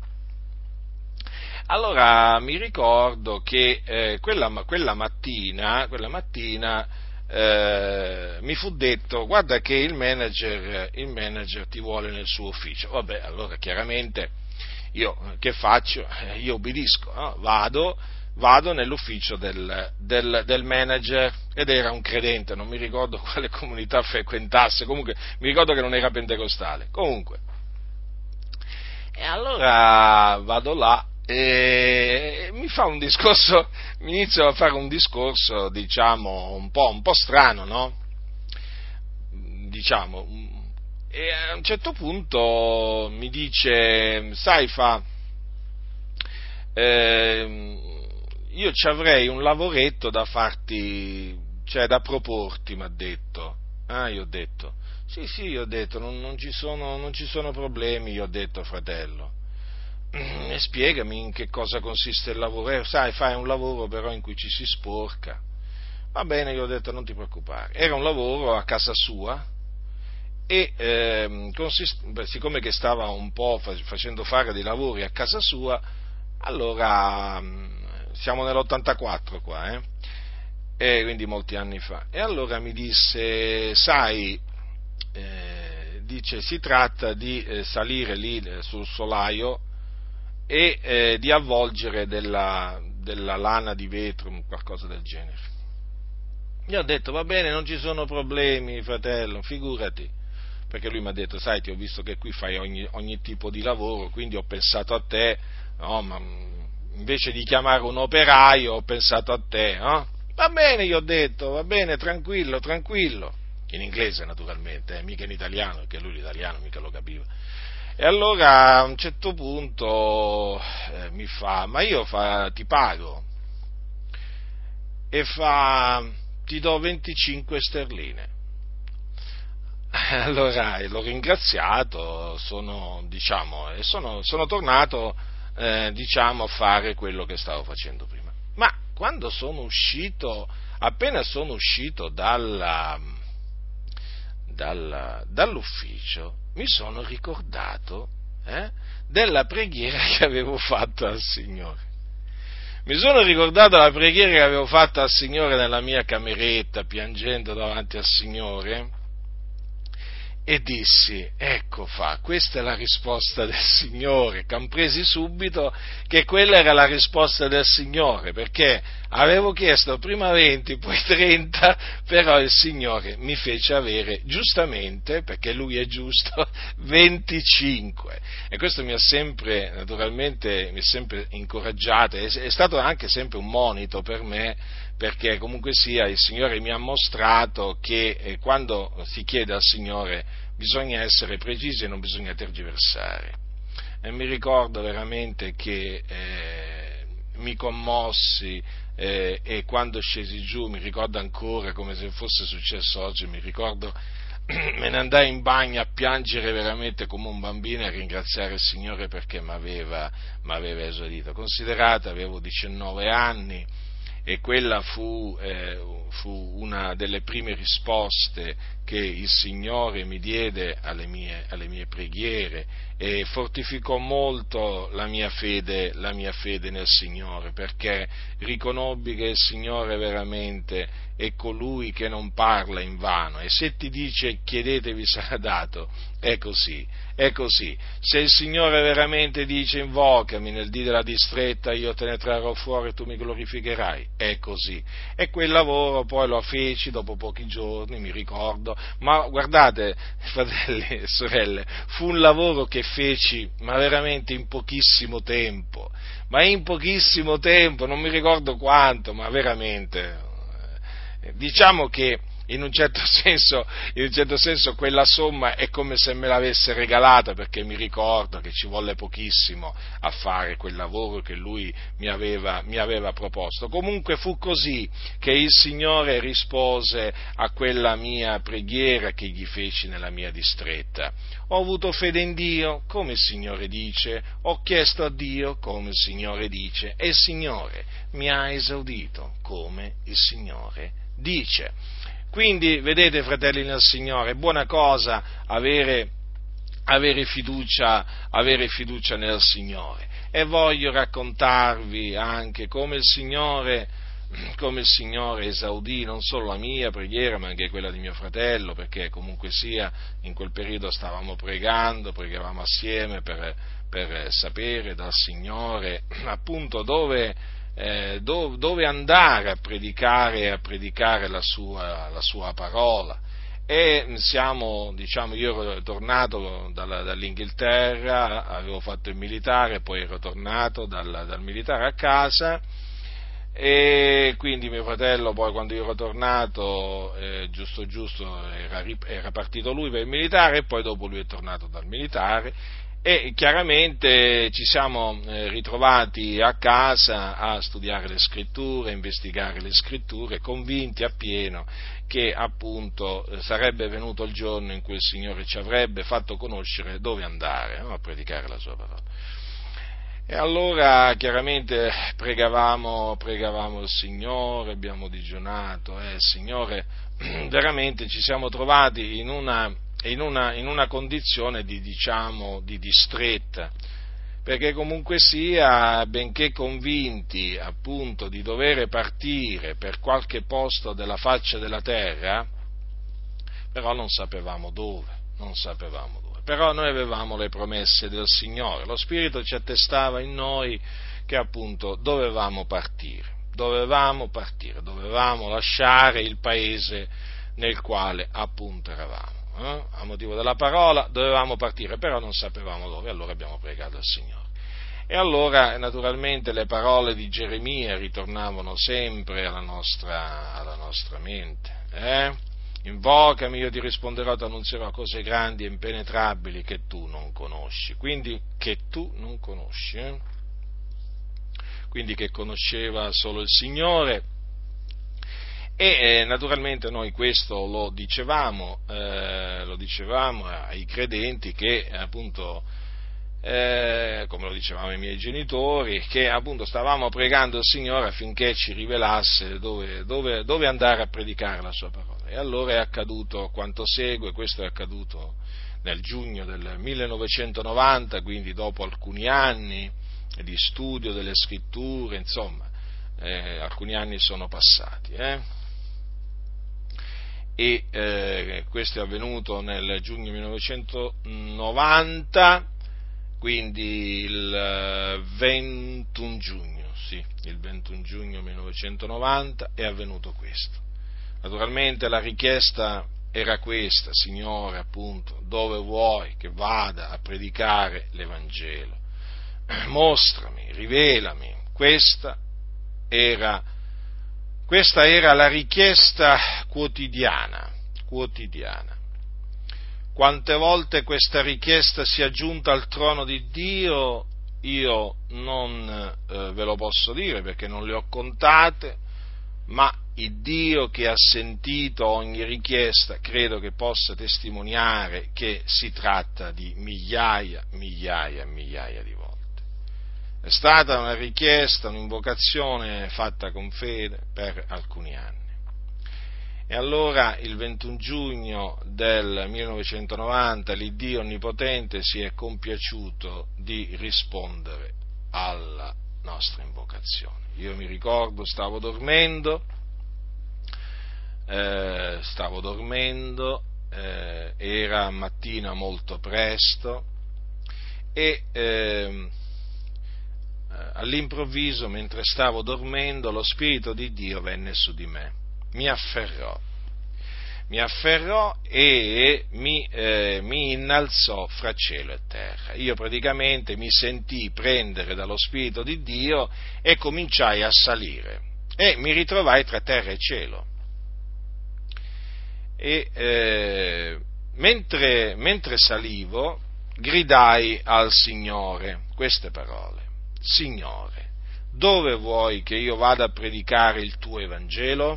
Allora mi ricordo che eh, quella, quella mattina, quella mattina eh, mi fu detto: guarda che il manager, il manager ti vuole nel suo ufficio. Vabbè, allora chiaramente io che faccio? Io obbedisco, no? vado, vado nell'ufficio del, del, del manager, ed era un credente, non mi ricordo quale comunità frequentasse, comunque mi ricordo che non era pentecostale, comunque. E allora vado là e mi fa un discorso, mi inizia a fare un discorso, diciamo, un po', un po' strano, no? Diciamo, e a un certo punto mi dice: sai, fa, eh, io ci avrei un lavoretto da farti, cioè da proporti, mi ha detto. Ah, io ho detto: sì, sì, io ho detto, non, non, ci sono, non ci sono problemi, io ho detto, fratello. e spiegami in che cosa consiste il lavoro. Eh, sai, fai un lavoro però in cui ci si sporca. Va bene, io ho detto non ti preoccupare. Era un lavoro a casa sua e ehm, consist- beh, siccome che stava un po' fa- facendo fare dei lavori a casa sua, allora mh, siamo nell'ottantaquattro qua, eh? E quindi molti anni fa. E allora mi disse, sai, eh, dice, si tratta di eh, salire lì eh, sul solaio e eh, di avvolgere della, della lana di vetro, qualcosa del genere. Io ho detto, va bene, non ci sono problemi, fratello, figurati, perché lui mi ha detto, sai, ti ho visto che qui fai ogni, ogni tipo di lavoro, quindi ho pensato a te, no, ma invece di chiamare un operaio ho pensato a te, no? Va bene, gli ho detto, va bene, tranquillo, tranquillo, in inglese naturalmente, eh, mica in italiano, perché lui l'italiano mica lo capiva. E allora a un certo punto eh, mi fa, ma io fa, ti pago, e fa, ti do venticinque sterline. Allora l'ho ringraziato, sono, diciamo, e sono, sono tornato eh, diciamo, a fare quello che stavo facendo prima. Ma quando sono uscito, appena sono uscito dalla, dalla, dall'ufficio, mi sono ricordato eh, della preghiera che avevo fatto al Signore. Mi sono ricordato la preghiera che avevo fatto al Signore nella mia cameretta, piangendo davanti al Signore, e dissi, ecco fa, questa è la risposta del Signore, compresi subito che quella era la risposta del Signore, perché avevo chiesto prima venti, poi trenta, però il Signore mi fece avere, giustamente, perché Lui è giusto, venticinque. E questo mi ha sempre, naturalmente, mi ha sempre incoraggiato, è stato anche sempre un monito per me, perché comunque sia il Signore mi ha mostrato che eh, quando si chiede al Signore bisogna essere precisi e non bisogna tergiversare. E mi ricordo veramente che eh, mi commossi eh, e quando scesi giù, mi ricordo ancora come se fosse successo oggi, mi ricordo me ne andai in bagno a piangere veramente come un bambino e a ringraziare il Signore perché mi aveva esaudito. Considerate, avevo diciannove anni, e quella fu, eh, fu una delle prime risposte che il Signore mi diede alle mie, alle mie preghiere e fortificò molto la mia fede, la mia fede nel Signore, perché riconobbi che il Signore veramente è colui che non parla in vano, e se ti dice chiedetevi sarà dato, è così, è così. Se il Signore veramente dice invocami nel dì della distretta, io te ne trarrò fuori e tu mi glorificherai, è così. E quel lavoro poi lo feci dopo pochi giorni, mi ricordo, ma guardate, fratelli e sorelle, fu un lavoro che feci, ma veramente in pochissimo tempo, ma in pochissimo tempo, non mi ricordo quanto, ma veramente, diciamo che in un certo senso, in un certo senso quella somma è come se me l'avesse regalata, perché mi ricordo che ci volle pochissimo a fare quel lavoro che lui mi aveva, mi aveva proposto. Comunque fu così che il Signore rispose a quella mia preghiera che gli feci nella mia distretta. Ho avuto fede in Dio, come il Signore dice, ho chiesto a Dio, come il Signore dice, e il Signore mi ha esaudito, come il Signore dice. Quindi, vedete, fratelli nel Signore, è buona cosa avere, avere, fiducia, avere fiducia nel Signore. E voglio raccontarvi anche come il Signore, come il Signore esaudì non solo la mia preghiera, ma anche quella di mio fratello, perché comunque sia, in quel periodo stavamo pregando, pregavamo assieme per, per sapere dal Signore appunto dove... Eh, dove, dove andare a predicare, a predicare la sua, la sua parola. E siamo, diciamo, io ero tornato dalla, dall'Inghilterra, avevo fatto il militare, poi ero tornato dal, dal militare a casa, e quindi mio fratello poi quando io ero tornato, eh, giusto giusto, era, era partito lui per il militare, e poi dopo lui è tornato dal militare, e chiaramente ci siamo eh, ritrovati a casa a studiare le scritture, a investigare le scritture, convinti appieno che appunto sarebbe venuto il giorno in cui il Signore ci avrebbe fatto conoscere dove andare, no? A predicare la sua parola. E allora chiaramente pregavamo, pregavamo il Signore, abbiamo digiunato, e eh, il Signore veramente ci siamo trovati in una, in una, in una condizione di, diciamo, di distretta, perché comunque sia, benché convinti appunto di dover partire per qualche posto della faccia della terra, però non sapevamo dove, non sapevamo dove. Però noi avevamo le promesse del Signore, lo Spirito ci attestava in noi che appunto dovevamo partire, dovevamo partire, dovevamo lasciare il paese nel quale appunto eravamo. Eh? A motivo della parola dovevamo partire, però non sapevamo dove, allora abbiamo pregato al Signore. E allora naturalmente le parole di Geremia ritornavano sempre alla nostra, alla nostra mente. Eh? Invocami, io ti risponderò, ti annunzierò cose grandi e impenetrabili che tu non conosci. Quindi che tu non conosci. Eh? Quindi che conosceva solo il Signore. E eh, naturalmente noi questo lo dicevamo, eh, lo dicevamo ai credenti che appunto, eh, come lo dicevamo ai miei genitori, che appunto stavamo pregando il Signore affinché ci rivelasse dove, dove, dove andare a predicare la sua parola. E allora è accaduto quanto segue. Questo è accaduto nel giugno del millenovecentonovanta, quindi dopo alcuni anni di studio delle scritture, insomma, eh, alcuni anni sono passati, eh? E eh, questo è avvenuto nel giugno millenovecentonovanta, quindi il ventuno giugno, sì, il ventuno giugno millenovecentonovanta è avvenuto questo. Naturalmente la richiesta era questa: Signore, appunto, dove vuoi che vada a predicare l'Evangelo? Mostrami, rivelami. Questa era Questa era la richiesta quotidiana, quotidiana. Quante volte questa richiesta si è giunta al trono di Dio, io non eh, ve lo posso dire perché non le ho contate, ma il Dio che ha sentito ogni richiesta credo che possa testimoniare che si tratta di migliaia, migliaia, migliaia di volte. È stata una richiesta, un'invocazione fatta con fede per alcuni anni. E allora il ventuno giugno del millenovecentonovanta l'Iddio Onnipotente si è compiaciuto di rispondere alla nostra invocazione. Io mi ricordo, stavo dormendo, eh, stavo dormendo, eh, era mattina molto presto e eh, all'improvviso, mentre stavo dormendo, lo Spirito di Dio venne su di me, mi afferrò, mi afferrò e mi, eh, mi innalzò fra cielo e terra. Io praticamente mi sentii prendere dallo Spirito di Dio e cominciai a salire e mi ritrovai tra terra e cielo. E eh, mentre, mentre salivo gridai al Signore queste parole: Signore, dove vuoi che io vada a predicare il tuo Evangelo?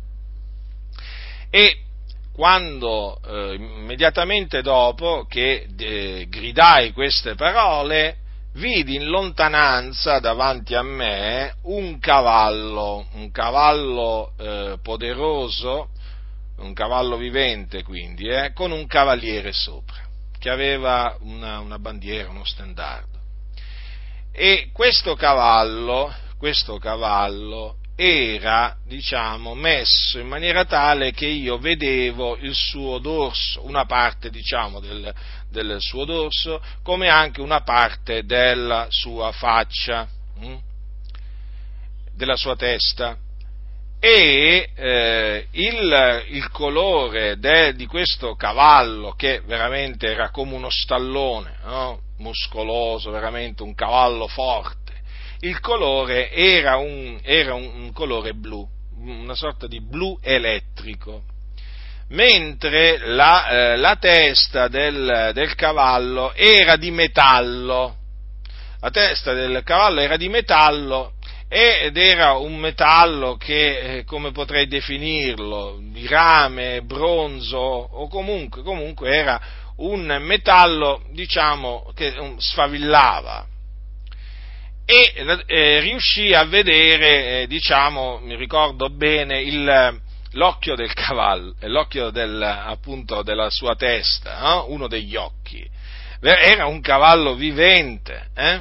E quando, eh, immediatamente dopo che eh, gridai queste parole, vidi in lontananza davanti a me un cavallo, un cavallo eh, poderoso, un cavallo vivente quindi, eh, con un cavaliere sopra, che aveva una, una bandiera, uno stendardo. E questo cavallo, questo cavallo era, diciamo, messo in maniera tale che io vedevo il suo dorso, una parte, diciamo, del, del suo dorso, come anche una parte della sua faccia, hm? della sua testa. E eh, il, il colore de, di questo cavallo, che veramente era come uno stallone, no? Muscoloso, veramente un cavallo forte, il colore era un, era un, un colore blu, una sorta di blu elettrico, mentre la, eh, la testa del, del cavallo era di metallo, la testa del cavallo era di metallo, ed era un metallo che, come potrei definirlo, di rame, bronzo, o comunque, comunque era un metallo, diciamo, che sfavillava. e eh, riuscì a vedere, eh, diciamo, mi ricordo bene, il, l'occhio del cavallo, l'occhio del, appunto della sua testa, no? Uno degli occhi. Era un cavallo vivente, eh?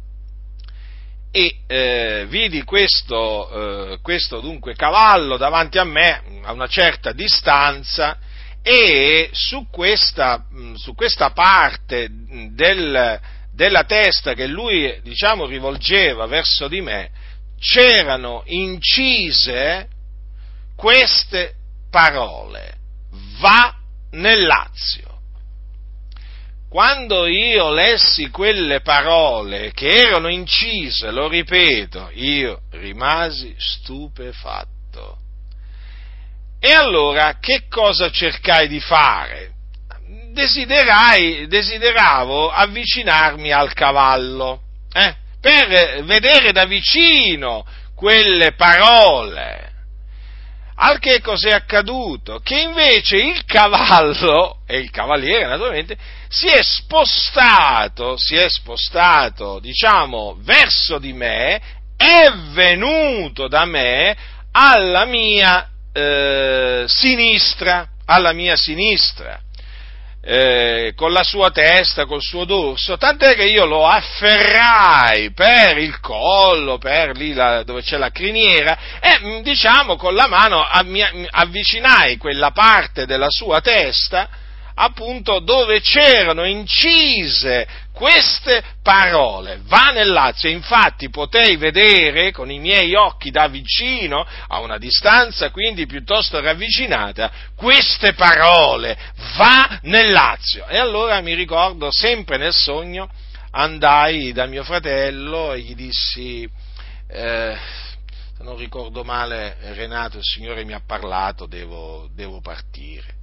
E eh, vidi questo, eh, questo dunque cavallo davanti a me a una certa distanza, e su questa, su questa parte del, della testa che lui, diciamo, rivolgeva verso di me, c'erano incise queste parole: va nel Lazio. Quando io lessi quelle parole che erano incise, lo ripeto, io rimasi stupefatto. E allora che cosa cercai di fare? Desiderai, desideravo avvicinarmi al cavallo, eh, per vedere da vicino quelle parole. Al che cos'è accaduto? Che invece il cavallo, e il cavaliere naturalmente, si è spostato, si è spostato, diciamo, verso di me, è venuto da me alla mia eh, sinistra, alla mia sinistra. Eh, con la sua testa, col suo dorso, tant'è che io lo afferrai per il collo, per lì la, dove c'è la criniera, e diciamo con la mano mi avvicinai quella parte della sua testa, appunto dove c'erano incise queste parole: va nel Lazio. Infatti potei vedere con i miei occhi da vicino, a una distanza quindi piuttosto ravvicinata, queste parole: va nel Lazio. E allora mi ricordo, sempre nel sogno, andai da mio fratello e gli dissi, eh, se non ricordo male, Renato, il Signore mi ha parlato, devo, devo partire.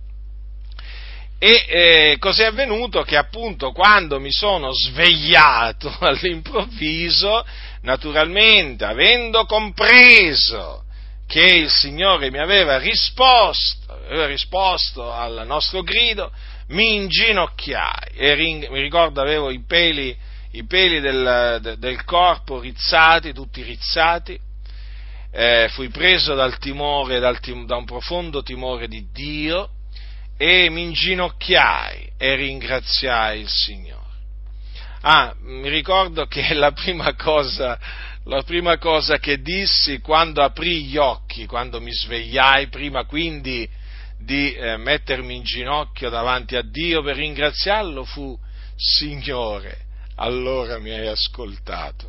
E eh, cos'è avvenuto? Che appunto quando mi sono svegliato all'improvviso, naturalmente avendo compreso che il Signore mi aveva risposto, aveva risposto al nostro grido, mi inginocchiai e ring- mi ricordo avevo i peli, i peli del, de, del corpo rizzati, tutti rizzati, eh, fui preso dal timore, dal tim- da un profondo timore di Dio, e mi inginocchiai e ringraziai il Signore. Ah, mi ricordo che la prima cosa, la prima cosa che dissi quando aprì gli occhi, quando mi svegliai, prima quindi di eh, mettermi in ginocchio davanti a Dio per ringraziarlo, fu: Signore, allora mi hai ascoltato.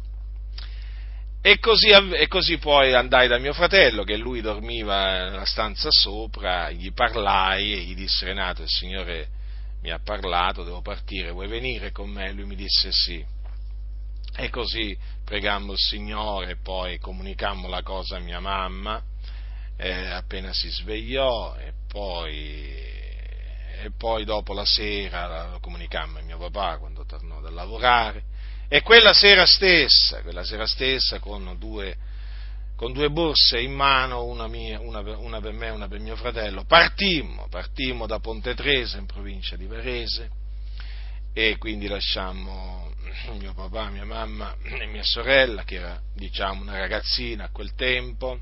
E così, e così poi andai da mio fratello, che lui dormiva nella stanza sopra, gli parlai e gli disse: Renato, il Signore mi ha parlato, devo partire, vuoi venire con me? Lui mi disse sì. E così pregammo il Signore, poi comunicammo la cosa a mia mamma, eh, appena si svegliò, e poi, e poi dopo la sera lo comunicammo a mio papà quando tornò da lavorare. E quella sera stessa, quella sera stessa con due, con due borse in mano, una, mia, una, una per me e una per mio fratello, partimmo, partimmo da Ponte Tresa in provincia di Varese, e quindi lasciammo mio papà, mia mamma e mia sorella, che era, diciamo, una ragazzina a quel tempo,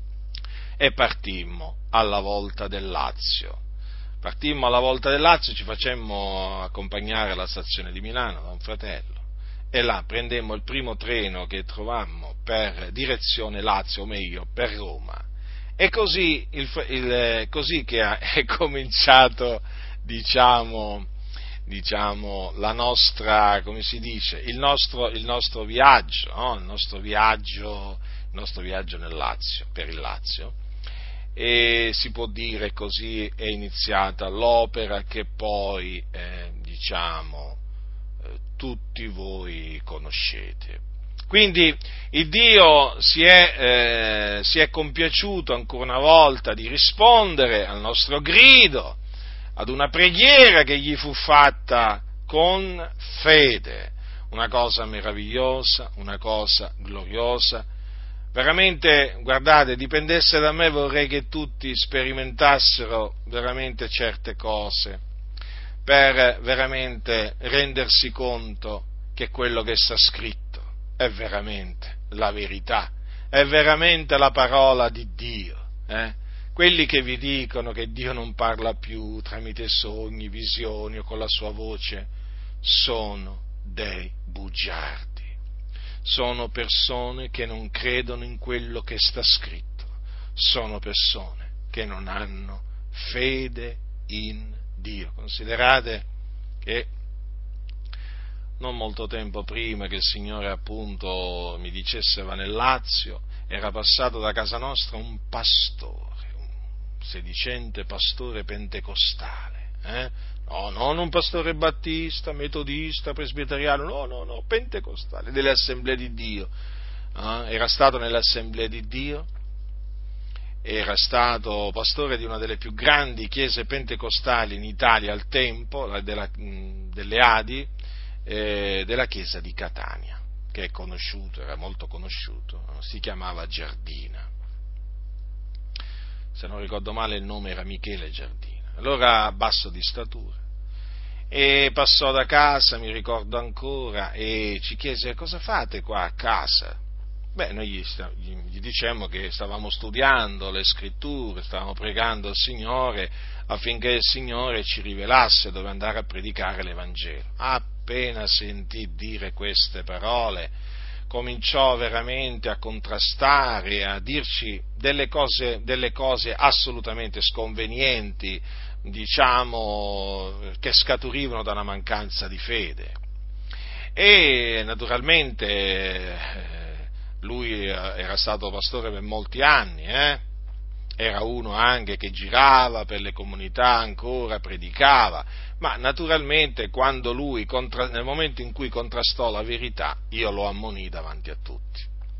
e partimmo alla volta del Lazio. Partimmo alla volta del Lazio, ci facemmo accompagnare alla stazione di Milano da un fratello, e là prendemmo il primo treno che trovammo per direzione Lazio, o meglio per Roma, e così, il, il, così che è cominciato, diciamo, diciamo la nostra, come si dice, il nostro, il nostro viaggio, no? il nostro viaggio, il nostro viaggio nel Lazio, per il Lazio. E si può dire così è iniziata l'opera che poi, eh, diciamo, tutti voi conoscete. Quindi il Dio si è, eh, si è compiaciuto ancora una volta di rispondere al nostro grido, ad una preghiera che gli fu fatta con fede, una cosa meravigliosa, una cosa gloriosa. Veramente, guardate, dipendesse da me, vorrei che tutti sperimentassero veramente certe cose, per veramente rendersi conto che quello che sta scritto è veramente la verità, è veramente la parola di Dio. Eh? Quelli che vi dicono che Dio non parla più tramite sogni, visioni o con la sua voce, sono dei bugiardi, sono persone che non credono in quello che sta scritto, sono persone che non hanno fede in Dio. Considerate che non molto tempo prima che il Signore appunto mi dicesse va nel Lazio, era passato da casa nostra un pastore, un sedicente pastore pentecostale, eh? no, non un pastore battista, metodista, presbiteriano, no, no, no, pentecostale, delle assemblee di Dio, eh? Era stato nelle assemblee di Dio, era stato pastore di una delle più grandi chiese pentecostali in Italia al tempo, la della, delle Adi, eh, della chiesa di Catania, che è conosciuto, era molto conosciuto, no? Si chiamava Giardina. Se non ricordo male il nome era Michele Giardina. Allora basso di statura, e passò da casa, mi ricordo ancora, e ci chiese: cosa fate qua a casa? Beh, noi gli, gli, gli dicemmo che stavamo studiando le scritture, stavamo pregando al Signore affinché il Signore ci rivelasse dove andare a predicare l'Evangelo. Appena sentì dire queste parole, cominciò veramente a contrastare, a dirci delle cose, delle cose assolutamente sconvenienti, diciamo, che scaturivano da una mancanza di fede. E naturalmente eh, lui era stato pastore per molti anni, eh? Era uno anche che girava per le comunità ancora, predicava, ma naturalmente quando lui, contra, nel momento in cui contrastò la verità, io lo ammonii davanti a tutti.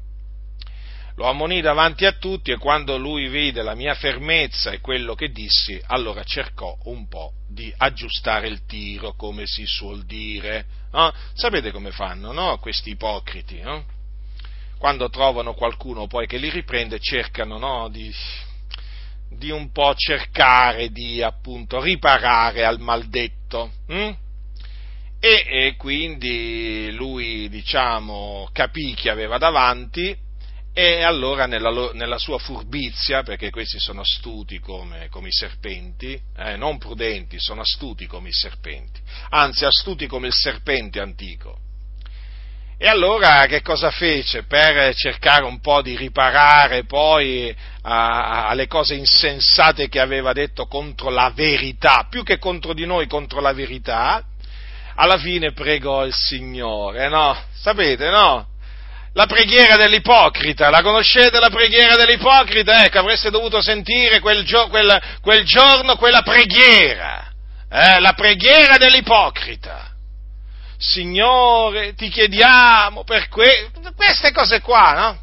Lo ammonii davanti a tutti, e quando lui vide la mia fermezza e quello che dissi, allora cercò un po' di aggiustare il tiro, come si suol dire. No? Sapete come fanno, no? Questi ipocriti, no? Quando trovano qualcuno poi che li riprende, cercano, no, di, di un po' cercare di appunto riparare al maldetto. Hm? E, e quindi lui, diciamo, capì chi aveva davanti, e allora nella, nella sua furbizia, perché questi sono astuti come, come i serpenti, eh, non prudenti, sono astuti come i serpenti, anzi astuti come il serpente antico. E allora che cosa fece? Per cercare un po' di riparare poi a, alle cose insensate che aveva detto contro la verità, più che contro di noi, contro la verità, alla fine pregò il Signore, no? Sapete, no? La preghiera dell'ipocrita, la conoscete la preghiera dell'ipocrita? Ecco, avreste dovuto sentire quel, gio- quel, quel giorno quella preghiera, eh? La preghiera dell'ipocrita. Signore, ti chiediamo per que- queste cose qua, no?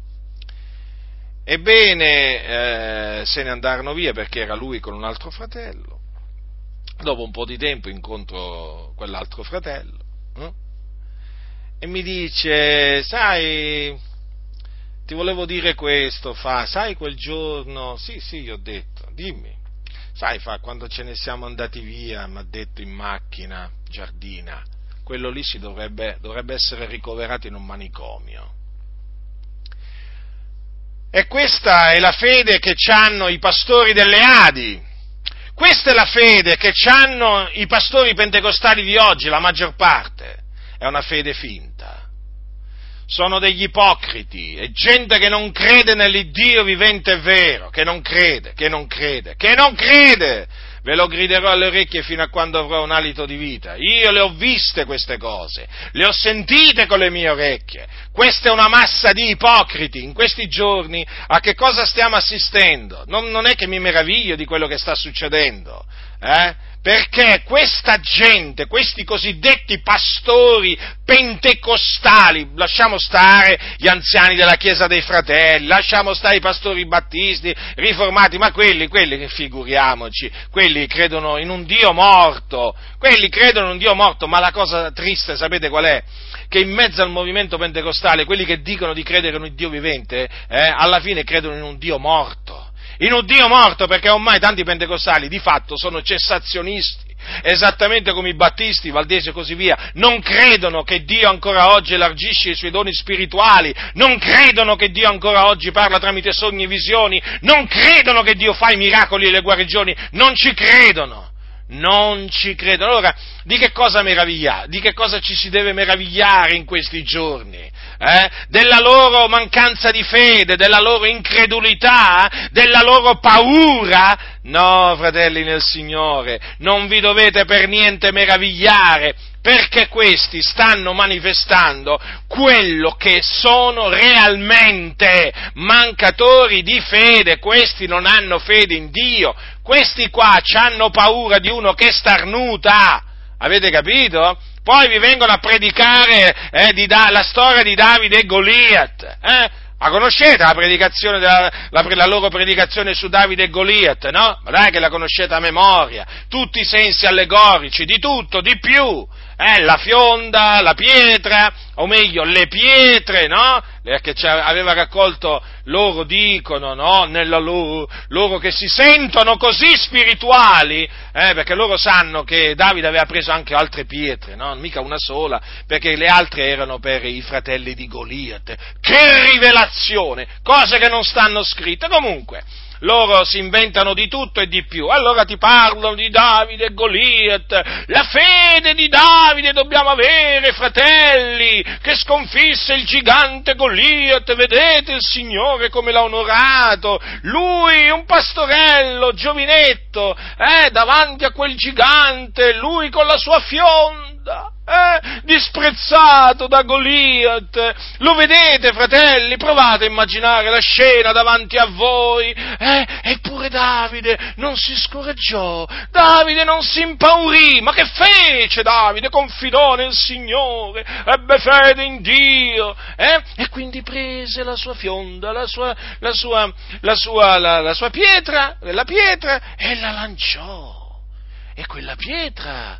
Ebbene, eh, se ne andarono via perché era lui con un altro fratello. Dopo un po' di tempo incontro quell'altro fratello, no? E mi dice: sai, ti volevo dire questo, fa, sai quel giorno, sì, sì, gli ho detto, dimmi, sai, fa, quando ce ne siamo andati via, mi ha detto in macchina, Giardina, quello lì si dovrebbe, dovrebbe essere ricoverato in un manicomio. E questa è la fede che hanno i pastori delle Adi, questa è la fede che hanno i pastori pentecostali di oggi, la maggior parte, è una fede finta. Sono degli ipocriti, è gente che non crede nell'Iddio vivente e vero, che non crede, che non crede, che non crede! Ve lo griderò alle orecchie fino a quando avrò un alito di vita. Io le ho viste queste cose, le ho sentite con le mie orecchie. Questa è una massa di ipocriti. In questi giorni a che cosa stiamo assistendo? Non, non è che mi meraviglio di quello che sta succedendo, eh? Perché questa gente, questi cosiddetti pastori pentecostali, lasciamo stare gli anziani della Chiesa dei Fratelli, lasciamo stare i pastori battisti, riformati, ma quelli, quelli che figuriamoci, quelli credono in un Dio morto, quelli credono in un Dio morto, ma la cosa triste, sapete qual è? Che in mezzo al movimento pentecostale, quelli che dicono di credere in un Dio vivente, eh, alla fine credono in un Dio morto. In un Dio morto, perché ormai tanti pentecostali di fatto sono cessazionisti, esattamente come i battisti, i valdesi e così via, non credono che Dio ancora oggi elargisce i suoi doni spirituali, non credono che Dio ancora oggi parla tramite sogni e visioni, non credono che Dio fa i miracoli e le guarigioni, non ci credono. Non ci credono. Allora, di che cosa meravigliare? Di che cosa ci si deve meravigliare in questi giorni? Eh? Della loro mancanza di fede, della loro incredulità, della loro paura? No, fratelli nel Signore, non vi dovete per niente meravigliare, perché questi stanno manifestando quello che sono realmente, mancatori di fede. Questi non hanno fede in Dio, questi qua hanno paura di uno che starnuta, avete capito? Poi vi vengono a predicare eh, di da- la storia di Davide e Goliat, eh? La conoscete la predicazione, della, la, la loro predicazione su Davide e Goliat, no? Ma dai che la conoscete a memoria, tutti i sensi allegorici, di tutto, di più, eh? La fionda, la pietra, o meglio, le pietre, no? Perché aveva raccolto, loro dicono, no? Nella loro, loro che si sentono così spirituali, eh? Perché loro sanno che Davide aveva preso anche altre pietre, no? Mica una sola, perché le altre erano per i fratelli di Goliat. Che rivelazione! Cose che non stanno scritte. Comunque, loro si inventano di tutto e di più. Allora ti parlano di Davide e Goliat. La fede di Davide dobbiamo avere, fratelli, che sconfisse il gigante Goliat. Vedete il Signore come l'ha onorato. Lui, un pastorello, giovinetto, eh, davanti a quel gigante, lui con la sua fionda. Eh, disprezzato da Goliat, lo vedete, fratelli? Provate a immaginare la scena davanti a voi, eh, eppure Davide non si scoraggiò, Davide non si impaurì, ma che fece Davide? Confidò nel Signore, ebbe fede in Dio, eh, e quindi prese la sua fionda, la sua, la sua, la sua, la, la sua pietra, la pietra, e la lanciò, e quella pietra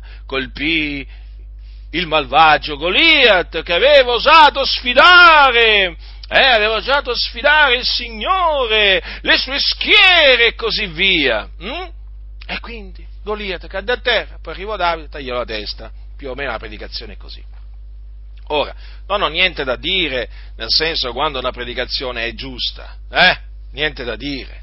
colpì il malvagio Goliat, che aveva osato sfidare, eh, aveva osato sfidare il Signore, le sue schiere e così via. Mm? E quindi Goliat cadde a terra, poi arrivò Davide, tagliò la testa. Più o meno la predicazione è così. Ora, non ho niente da dire, nel senso, quando una predicazione è giusta, eh? Niente da dire.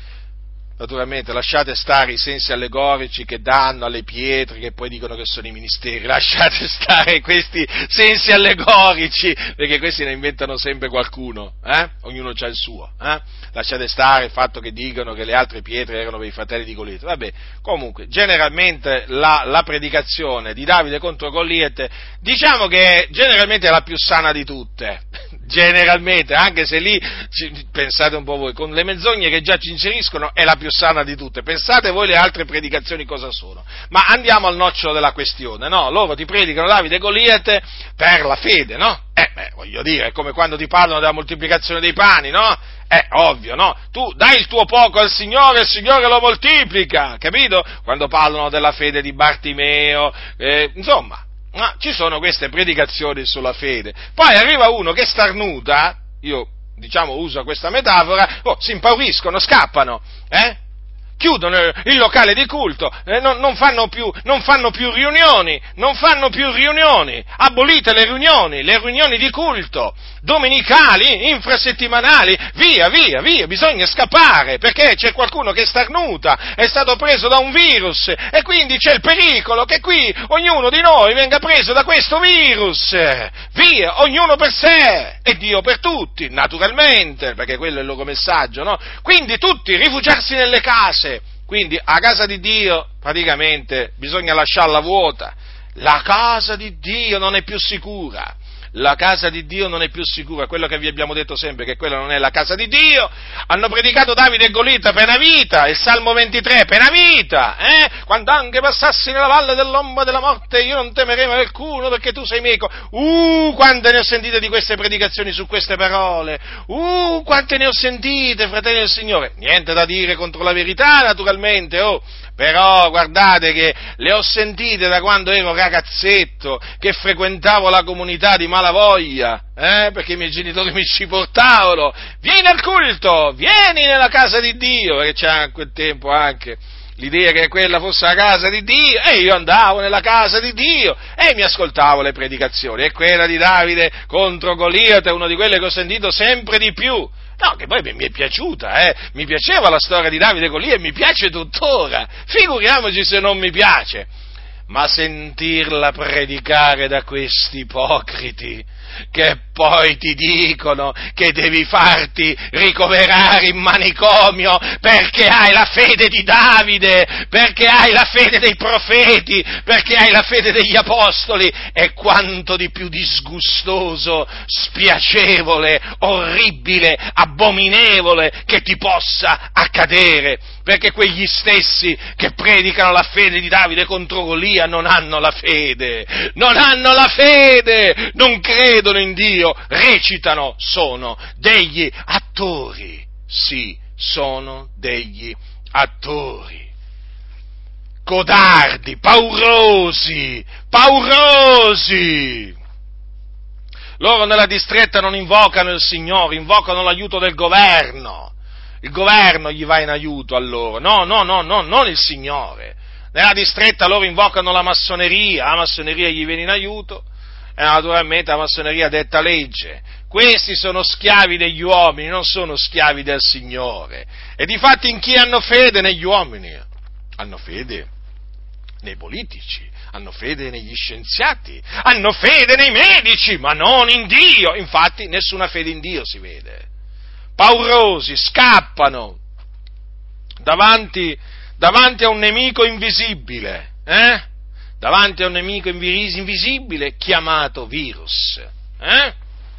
Naturalmente lasciate stare i sensi allegorici che danno alle pietre, che poi dicono che sono i ministeri, lasciate stare questi sensi allegorici, perché questi ne inventano sempre qualcuno, eh? Ognuno ha il suo, eh? Lasciate stare il fatto che dicono che le altre pietre erano per i fratelli di Goliat. Vabbè, comunque, generalmente la, la predicazione di Davide contro Goliat, diciamo che generalmente è la più sana di tutte, generalmente, anche se lì, pensate un po' voi, con le menzogne che già ci inseriscono, è la più sana di tutte. Pensate voi le altre predicazioni cosa sono. Ma andiamo al nocciolo della questione, no? Loro ti predicano Davide e Goliat per la fede, no? Eh, beh, voglio dire, è come quando ti parlano della moltiplicazione dei pani, no? È ovvio, no? Tu dai il tuo poco al Signore, il Signore lo moltiplica, capito? Quando parlano della fede di Bartimeo, eh, insomma, ma ci sono queste predicazioni sulla fede. Poi arriva uno che starnuta, io diciamo uso questa metafora, oh, si impauriscono, scappano, eh? Chiudono il locale di culto, eh, non, non, fanno più, non fanno più riunioni, non fanno più riunioni, abolite le riunioni, le riunioni di culto, domenicali, infrasettimanali, via, via, via, bisogna scappare, perché c'è qualcuno che starnuta, è stato preso da un virus, e quindi c'è il pericolo che qui ognuno di noi venga preso da questo virus, via, ognuno per sé, e Dio per tutti, naturalmente, perché quello è il loro messaggio, no? Quindi tutti rifugiarsi nelle case. Quindi a casa di Dio praticamente bisogna lasciarla vuota, la casa di Dio non è più sicura, la casa di Dio non è più sicura, quello che vi abbiamo detto sempre, che quella non è la casa di Dio. Hanno predicato Davide e Goliat pena vita, il Salmo ventitré, pena vita, eh? Quando anche passassi nella valle dell'ombra della morte, io non temerei mai alcuno, perché tu sei meco. Uh, quante ne ho sentite di queste predicazioni su queste parole, uh, quante ne ho sentite, fratelli del Signore, niente da dire contro la verità, naturalmente, oh, però guardate che le ho sentite da quando ero ragazzetto, che frequentavo la comunità di Malavoglia, eh, perché i miei genitori mi ci portavano, vieni al culto, vieni nella casa di Dio, perché c'era a quel tempo anche l'idea che quella fosse la casa di Dio, e io andavo nella casa di Dio e mi ascoltavo le predicazioni, e quella di Davide contro Goliata è una di quelle che ho sentito sempre di più. No, che poi mi è piaciuta, eh, mi piaceva la storia di Davide con Goliata e mi piace tuttora, figuriamoci se non mi piace. Ma sentirla predicare da questi ipocriti, che poi ti dicono che devi farti ricoverare in manicomio perché hai la fede di Davide, perché hai la fede dei profeti, perché hai la fede degli apostoli, è quanto di più disgustoso, spiacevole, orribile, abominevole che ti possa accadere, perché quegli stessi che predicano la fede di Davide contro Golia non hanno la fede, non hanno la fede, non credono in Dio, recitano, sono degli attori, sì, sono degli attori. Codardi, paurosi, paurosi! Loro nella distretta non invocano il Signore, invocano l'aiuto del governo. Il governo gli va in aiuto a loro, no, no, no, no, non il Signore. Nella distretta loro invocano la massoneria, la massoneria gli viene in aiuto, e naturalmente la massoneria detta legge. Questi sono schiavi degli uomini, non sono schiavi del Signore. E difatti in chi hanno fede? Negli uomini. Hanno fede nei politici, hanno fede negli scienziati, hanno fede nei medici, ma non in Dio. Infatti nessuna fede in Dio si vede. Paurosi, scappano davanti, davanti a un nemico invisibile, eh? Davanti a un nemico invisibile chiamato virus, eh?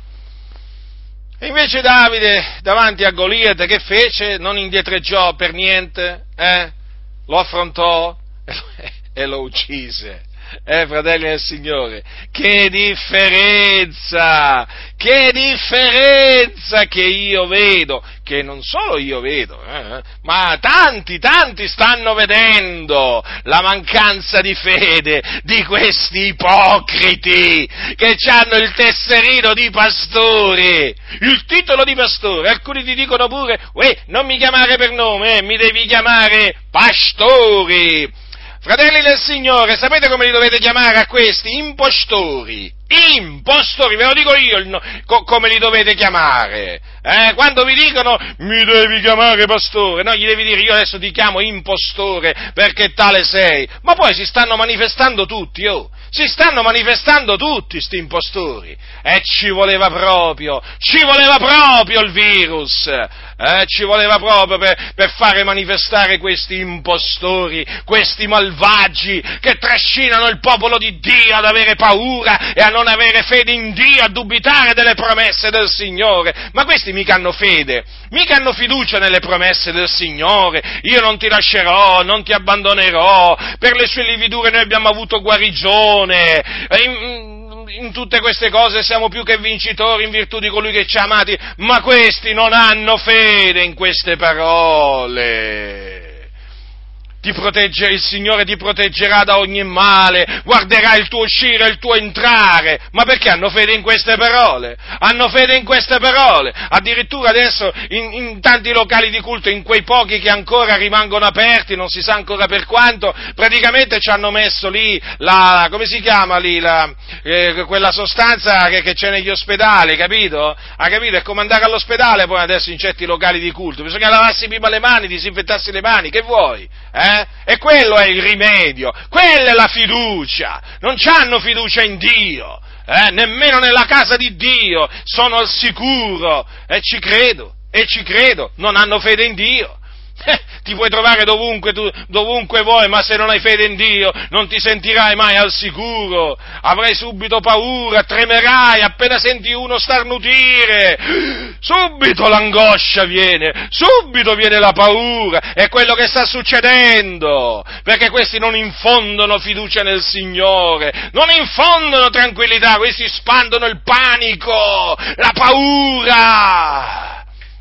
E invece Davide, davanti a Goliata, che fece? Non indietreggiò per niente, eh? Lo affrontò e lo uccise. Eh, fratelli del Signore, che differenza, che differenza che io vedo, che non solo io vedo, eh, ma tanti, tanti stanno vedendo la mancanza di fede di questi ipocriti che hanno il tesserino di pastore, il titolo di pastore. Alcuni ti dicono pure, uè, non mi chiamare per nome, eh, mi devi chiamare pastore. Fratelli del Signore, sapete come li dovete chiamare a questi? Impostori, impostori, ve lo dico io il no, co, come li dovete chiamare, eh? Quando vi dicono mi devi chiamare pastore, no, gli devi dire io adesso ti chiamo impostore perché tale sei, ma poi si stanno manifestando tutti, oh, si stanno manifestando tutti sti impostori, e ci voleva proprio, ci voleva proprio il virus, eh? Ci voleva proprio per, per fare manifestare questi impostori, questi malvagi che trascinano il popolo di Dio ad avere paura e a non avere fede in Dio, a dubitare delle promesse del Signore. Ma questi mica hanno fede, mica hanno fiducia nelle promesse del Signore. Io non ti lascerò, non ti abbandonerò, per le sue lividure noi abbiamo avuto guarigione, in, in tutte queste cose siamo più che vincitori in virtù di colui che ci ha amati. Ma questi non hanno fede in queste parole. Ti protegge, il Signore ti proteggerà da ogni male, guarderà il tuo uscire e il tuo entrare. Ma perché hanno fede in queste parole? Hanno fede in queste parole. Addirittura adesso in, in tanti locali di culto, in quei pochi che ancora rimangono aperti, non si sa ancora per quanto, praticamente ci hanno messo lì la, come si chiama lì, la, eh, quella sostanza che, che c'è negli ospedali, capito? Ha capito? È come andare all'ospedale poi adesso in certi locali di culto. Bisogna lavarsi prima le mani, disinfettarsi le mani, che vuoi? Eh? E quello è il rimedio, quella è la fiducia, non c'hanno fiducia in Dio, eh? Nemmeno nella casa di Dio, sono al sicuro, e ci credo, e ci credo, non hanno fede in Dio. Eh, ti puoi trovare dovunque, tu, dovunque vuoi, ma se non hai fede in Dio non ti sentirai mai al sicuro, avrai subito paura, tremerai appena senti uno starnutire, subito l'angoscia viene, subito viene la paura, è quello che sta succedendo, perché questi non infondono fiducia nel Signore, non infondono tranquillità, questi spandono il panico, la paura.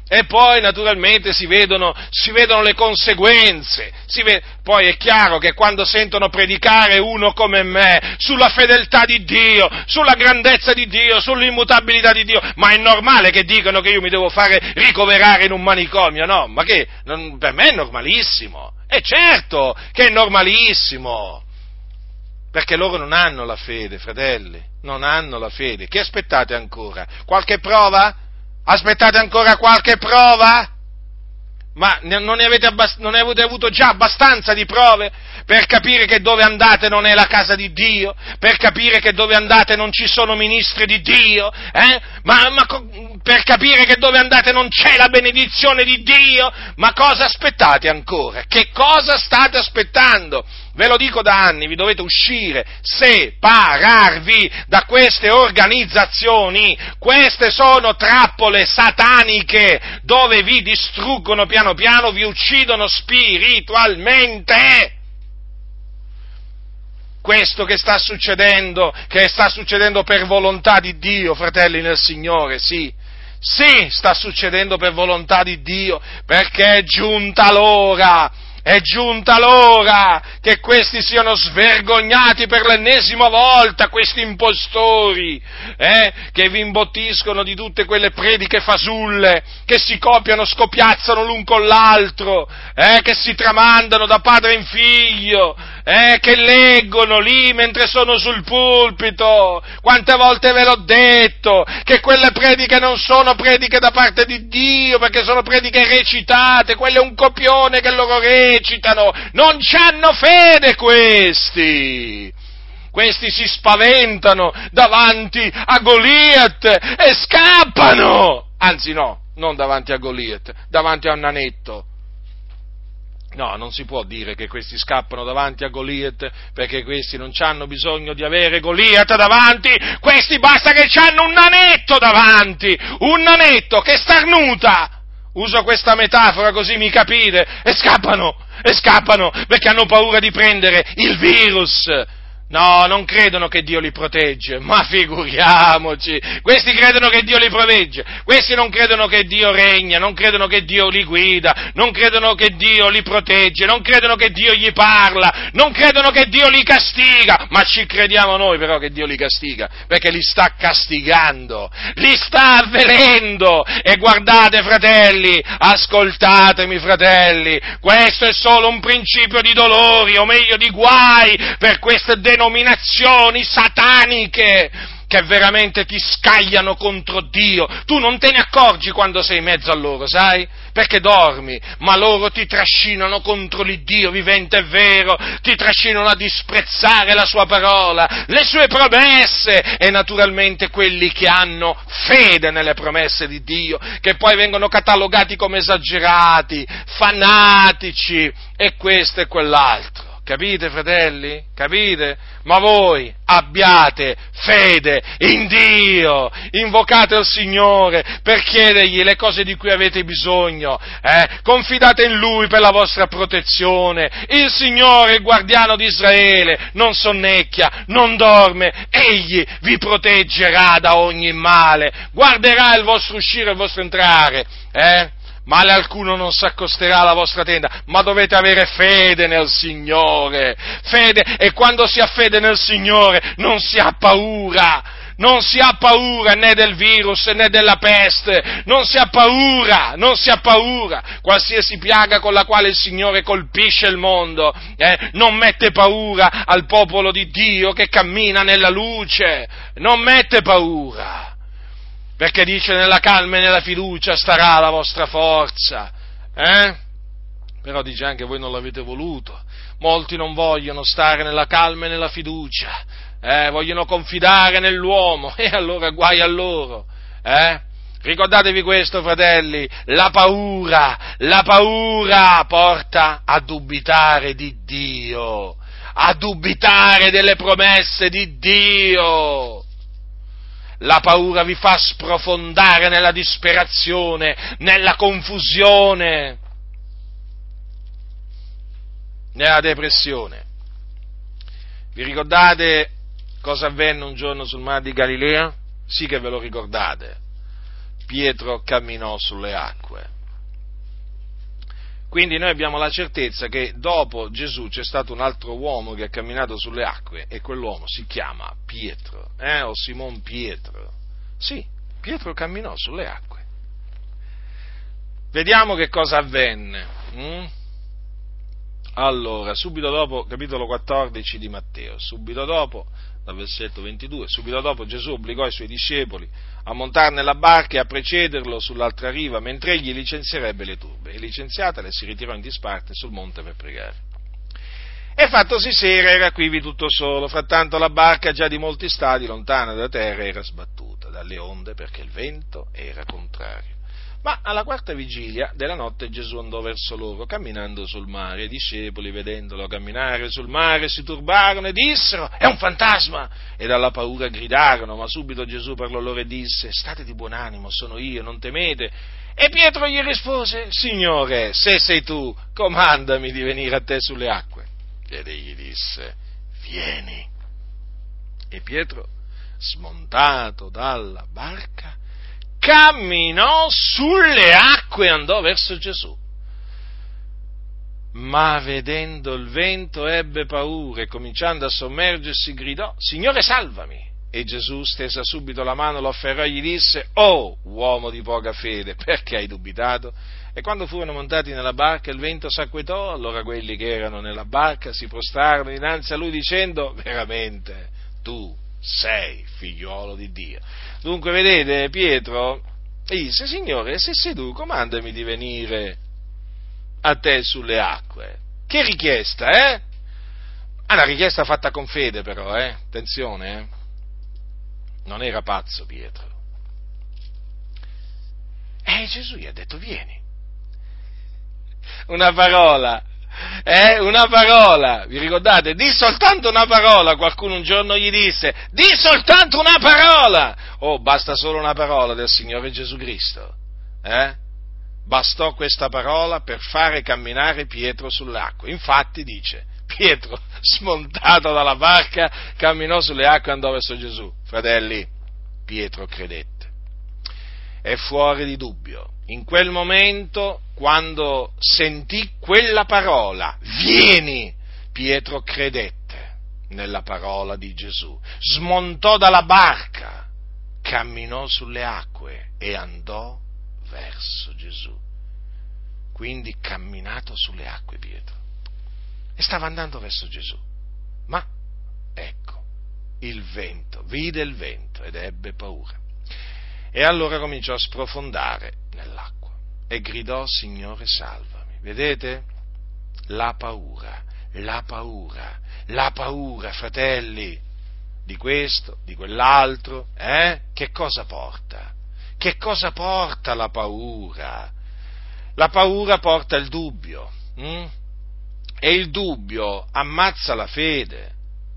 E poi naturalmente si vedono, si vedono le conseguenze, si ve- poi è chiaro che quando sentono predicare uno come me sulla fedeltà di Dio, sulla grandezza di Dio, sull'immutabilità di Dio, ma è normale che dicano che io mi devo fare ricoverare in un manicomio, no? Ma che, non, per me è normalissimo, è certo che è normalissimo, perché loro non hanno la fede, fratelli, non hanno la fede. Che aspettate ancora? Qualche prova? Aspettate ancora qualche prova? Ma non ne, avete abbast- non ne avete avuto già abbastanza di prove per capire che dove andate non è la casa di Dio, per capire che dove andate non ci sono ministri di Dio, eh? ma, ma per capire che dove andate non c'è la benedizione di Dio? Ma cosa aspettate ancora? Che cosa state aspettando? Ve lo dico da anni, vi dovete uscire, separarvi da queste organizzazioni. Queste sono trappole sataniche dove vi distruggono piano piano, vi uccidono spiritualmente. Questo che sta succedendo, che sta succedendo per volontà di Dio, fratelli nel Signore, sì. Sì, sta succedendo per volontà di Dio, perché è giunta l'ora. È giunta l'ora che questi siano svergognati per l'ennesima volta, questi impostori, eh, che vi imbottiscono di tutte quelle prediche fasulle, che si copiano, scopiazzano l'un con l'altro, eh, che si tramandano da padre in figlio, eh, che leggono lì mentre sono sul pulpito. Quante volte ve l'ho detto, che quelle prediche non sono prediche da parte di Dio, perché sono prediche recitate, quello è un copione che loro recitano, non c'hanno fede questi! Questi si spaventano davanti a Goliat e scappano! Anzi no, non davanti a Goliat, davanti a un nanetto. No, non si può dire che questi scappano davanti a Goliat, perché questi non hanno bisogno di avere Goliat davanti, questi basta che c'hanno un nanetto davanti, un nanetto che starnuta, uso questa metafora così mi capite, e scappano, e scappano, perché hanno paura di prendere il virus. No, non credono che Dio li protegge, ma figuriamoci, questi credono che Dio li protegge, questi non credono che Dio regna, non credono che Dio li guida, non credono che Dio li protegge, non credono che Dio gli parla, non credono che Dio li castiga, ma ci crediamo noi però che Dio li castiga, perché li sta castigando, li sta avvelendo, e guardate fratelli, ascoltatemi fratelli, questo è solo un principio di dolori, o meglio di guai, per queste denominazioni denominazioni sataniche che veramente ti scagliano contro Dio. Tu non te ne accorgi quando sei in mezzo a loro, sai? Perché dormi, ma loro ti trascinano contro l'Iddio vivente e vero, ti trascinano a disprezzare la sua parola, le sue promesse, e naturalmente quelli che hanno fede nelle promesse di Dio, che poi vengono catalogati come esagerati, fanatici, e questo e quell'altro. Capite, fratelli? Capite? Ma voi abbiate fede in Dio, invocate il Signore per chiedergli le cose di cui avete bisogno, eh? Confidate in Lui per la vostra protezione. Il Signore, il guardiano di Israele, non sonnecchia, non dorme, Egli vi proteggerà da ogni male, guarderà il vostro uscire e il vostro entrare, eh? Male alcuno non si accosterà alla vostra tenda, ma dovete avere fede nel Signore, fede, e quando si ha fede nel Signore non si ha paura, non si ha paura né del virus né della peste, non si ha paura, non si ha paura, qualsiasi piaga con la quale il Signore colpisce il mondo, eh, non mette paura al popolo di Dio che cammina nella luce, non mette paura. Perché dice nella calma e nella fiducia starà la vostra forza, eh? Però dice anche voi non l'avete voluto, molti non vogliono stare nella calma e nella fiducia, eh? Vogliono confidare nell'uomo, e allora guai a loro, eh? Ricordatevi questo, fratelli, la paura, la paura porta a dubitare di Dio, a dubitare delle promesse di Dio. La paura vi fa sprofondare nella disperazione, nella confusione, nella depressione. Vi ricordate cosa avvenne un giorno sul mare di Galilea? Sì che ve lo ricordate. Pietro camminò sulle acque. Quindi noi abbiamo la certezza che dopo Gesù c'è stato un altro uomo che ha camminato sulle acque e quell'uomo si chiama Pietro, eh, o Simon Pietro. Sì, Pietro camminò sulle acque. Vediamo che cosa avvenne. Hm? Allora, subito dopo, capitolo quattordici di Matteo, subito dopo, dal versetto ventidue, subito dopo Gesù obbligò i suoi discepoli a montare nella barca e a precederlo sull'altra riva, mentre egli licenzierebbe le turbe. E licenziatele si ritirò in disparte sul monte per pregare. E fattosi sera era quivi tutto solo, frattanto la barca già di molti stadi lontana da terra era sbattuta dalle onde perché il vento era contrario. Ma alla quarta vigilia della notte Gesù andò verso loro, camminando sul mare, e i discepoli, vedendolo camminare sul mare, si turbarono e dissero: è un fantasma! E dalla paura gridarono, ma subito Gesù parlò loro e disse: state di buon animo, sono io, non temete. E Pietro gli rispose: Signore, se sei tu, comandami di venire a te sulle acque. Ed egli disse: vieni. E Pietro, smontato dalla barca, camminò sulle acque e andò verso Gesù. Ma vedendo il vento ebbe paura e cominciando a sommergersi gridò: Signore, salvami! E Gesù, stesa subito la mano, lo afferrò e gli disse: oh, uomo di poca fede, perché hai dubitato? E quando furono montati nella barca il vento s'acquietò, allora quelli che erano nella barca si prostrarono dinanzi a lui dicendo: veramente tu sei figliuolo di Dio. Dunque, vedete, Pietro disse: Signore, se sei tu, comandami di venire a te sulle acque. Che richiesta, eh? Ah, una richiesta fatta con fede, però, eh? Attenzione, eh? Non era pazzo Pietro. E Gesù gli ha detto: vieni. Una parola. Eh, una parola, vi ricordate? Di soltanto una parola. Qualcuno un giorno gli disse: di soltanto una parola. Oh, basta solo una parola del Signore Gesù Cristo. Eh? Bastò questa parola per fare camminare Pietro sulle acque. Infatti dice: Pietro, smontato dalla barca, camminò sulle acque e andò verso Gesù. Fratelli, Pietro credette. È fuori di dubbio. In quel momento, quando sentì quella parola, vieni, Pietro credette nella parola di Gesù, smontò dalla barca, camminò sulle acque e andò verso Gesù. Quindi camminato sulle acque Pietro e stava andando verso Gesù. Ma ecco, il vento, vide il vento ed ebbe paura. E allora cominciò a sprofondare nell'acqua e gridò: Signore, salvami. Vedete? La paura, la paura, la paura, fratelli, di questo, di quell'altro, eh? Che cosa porta? Che cosa porta la paura? La paura porta il dubbio, hm? E il dubbio ammazza la fede.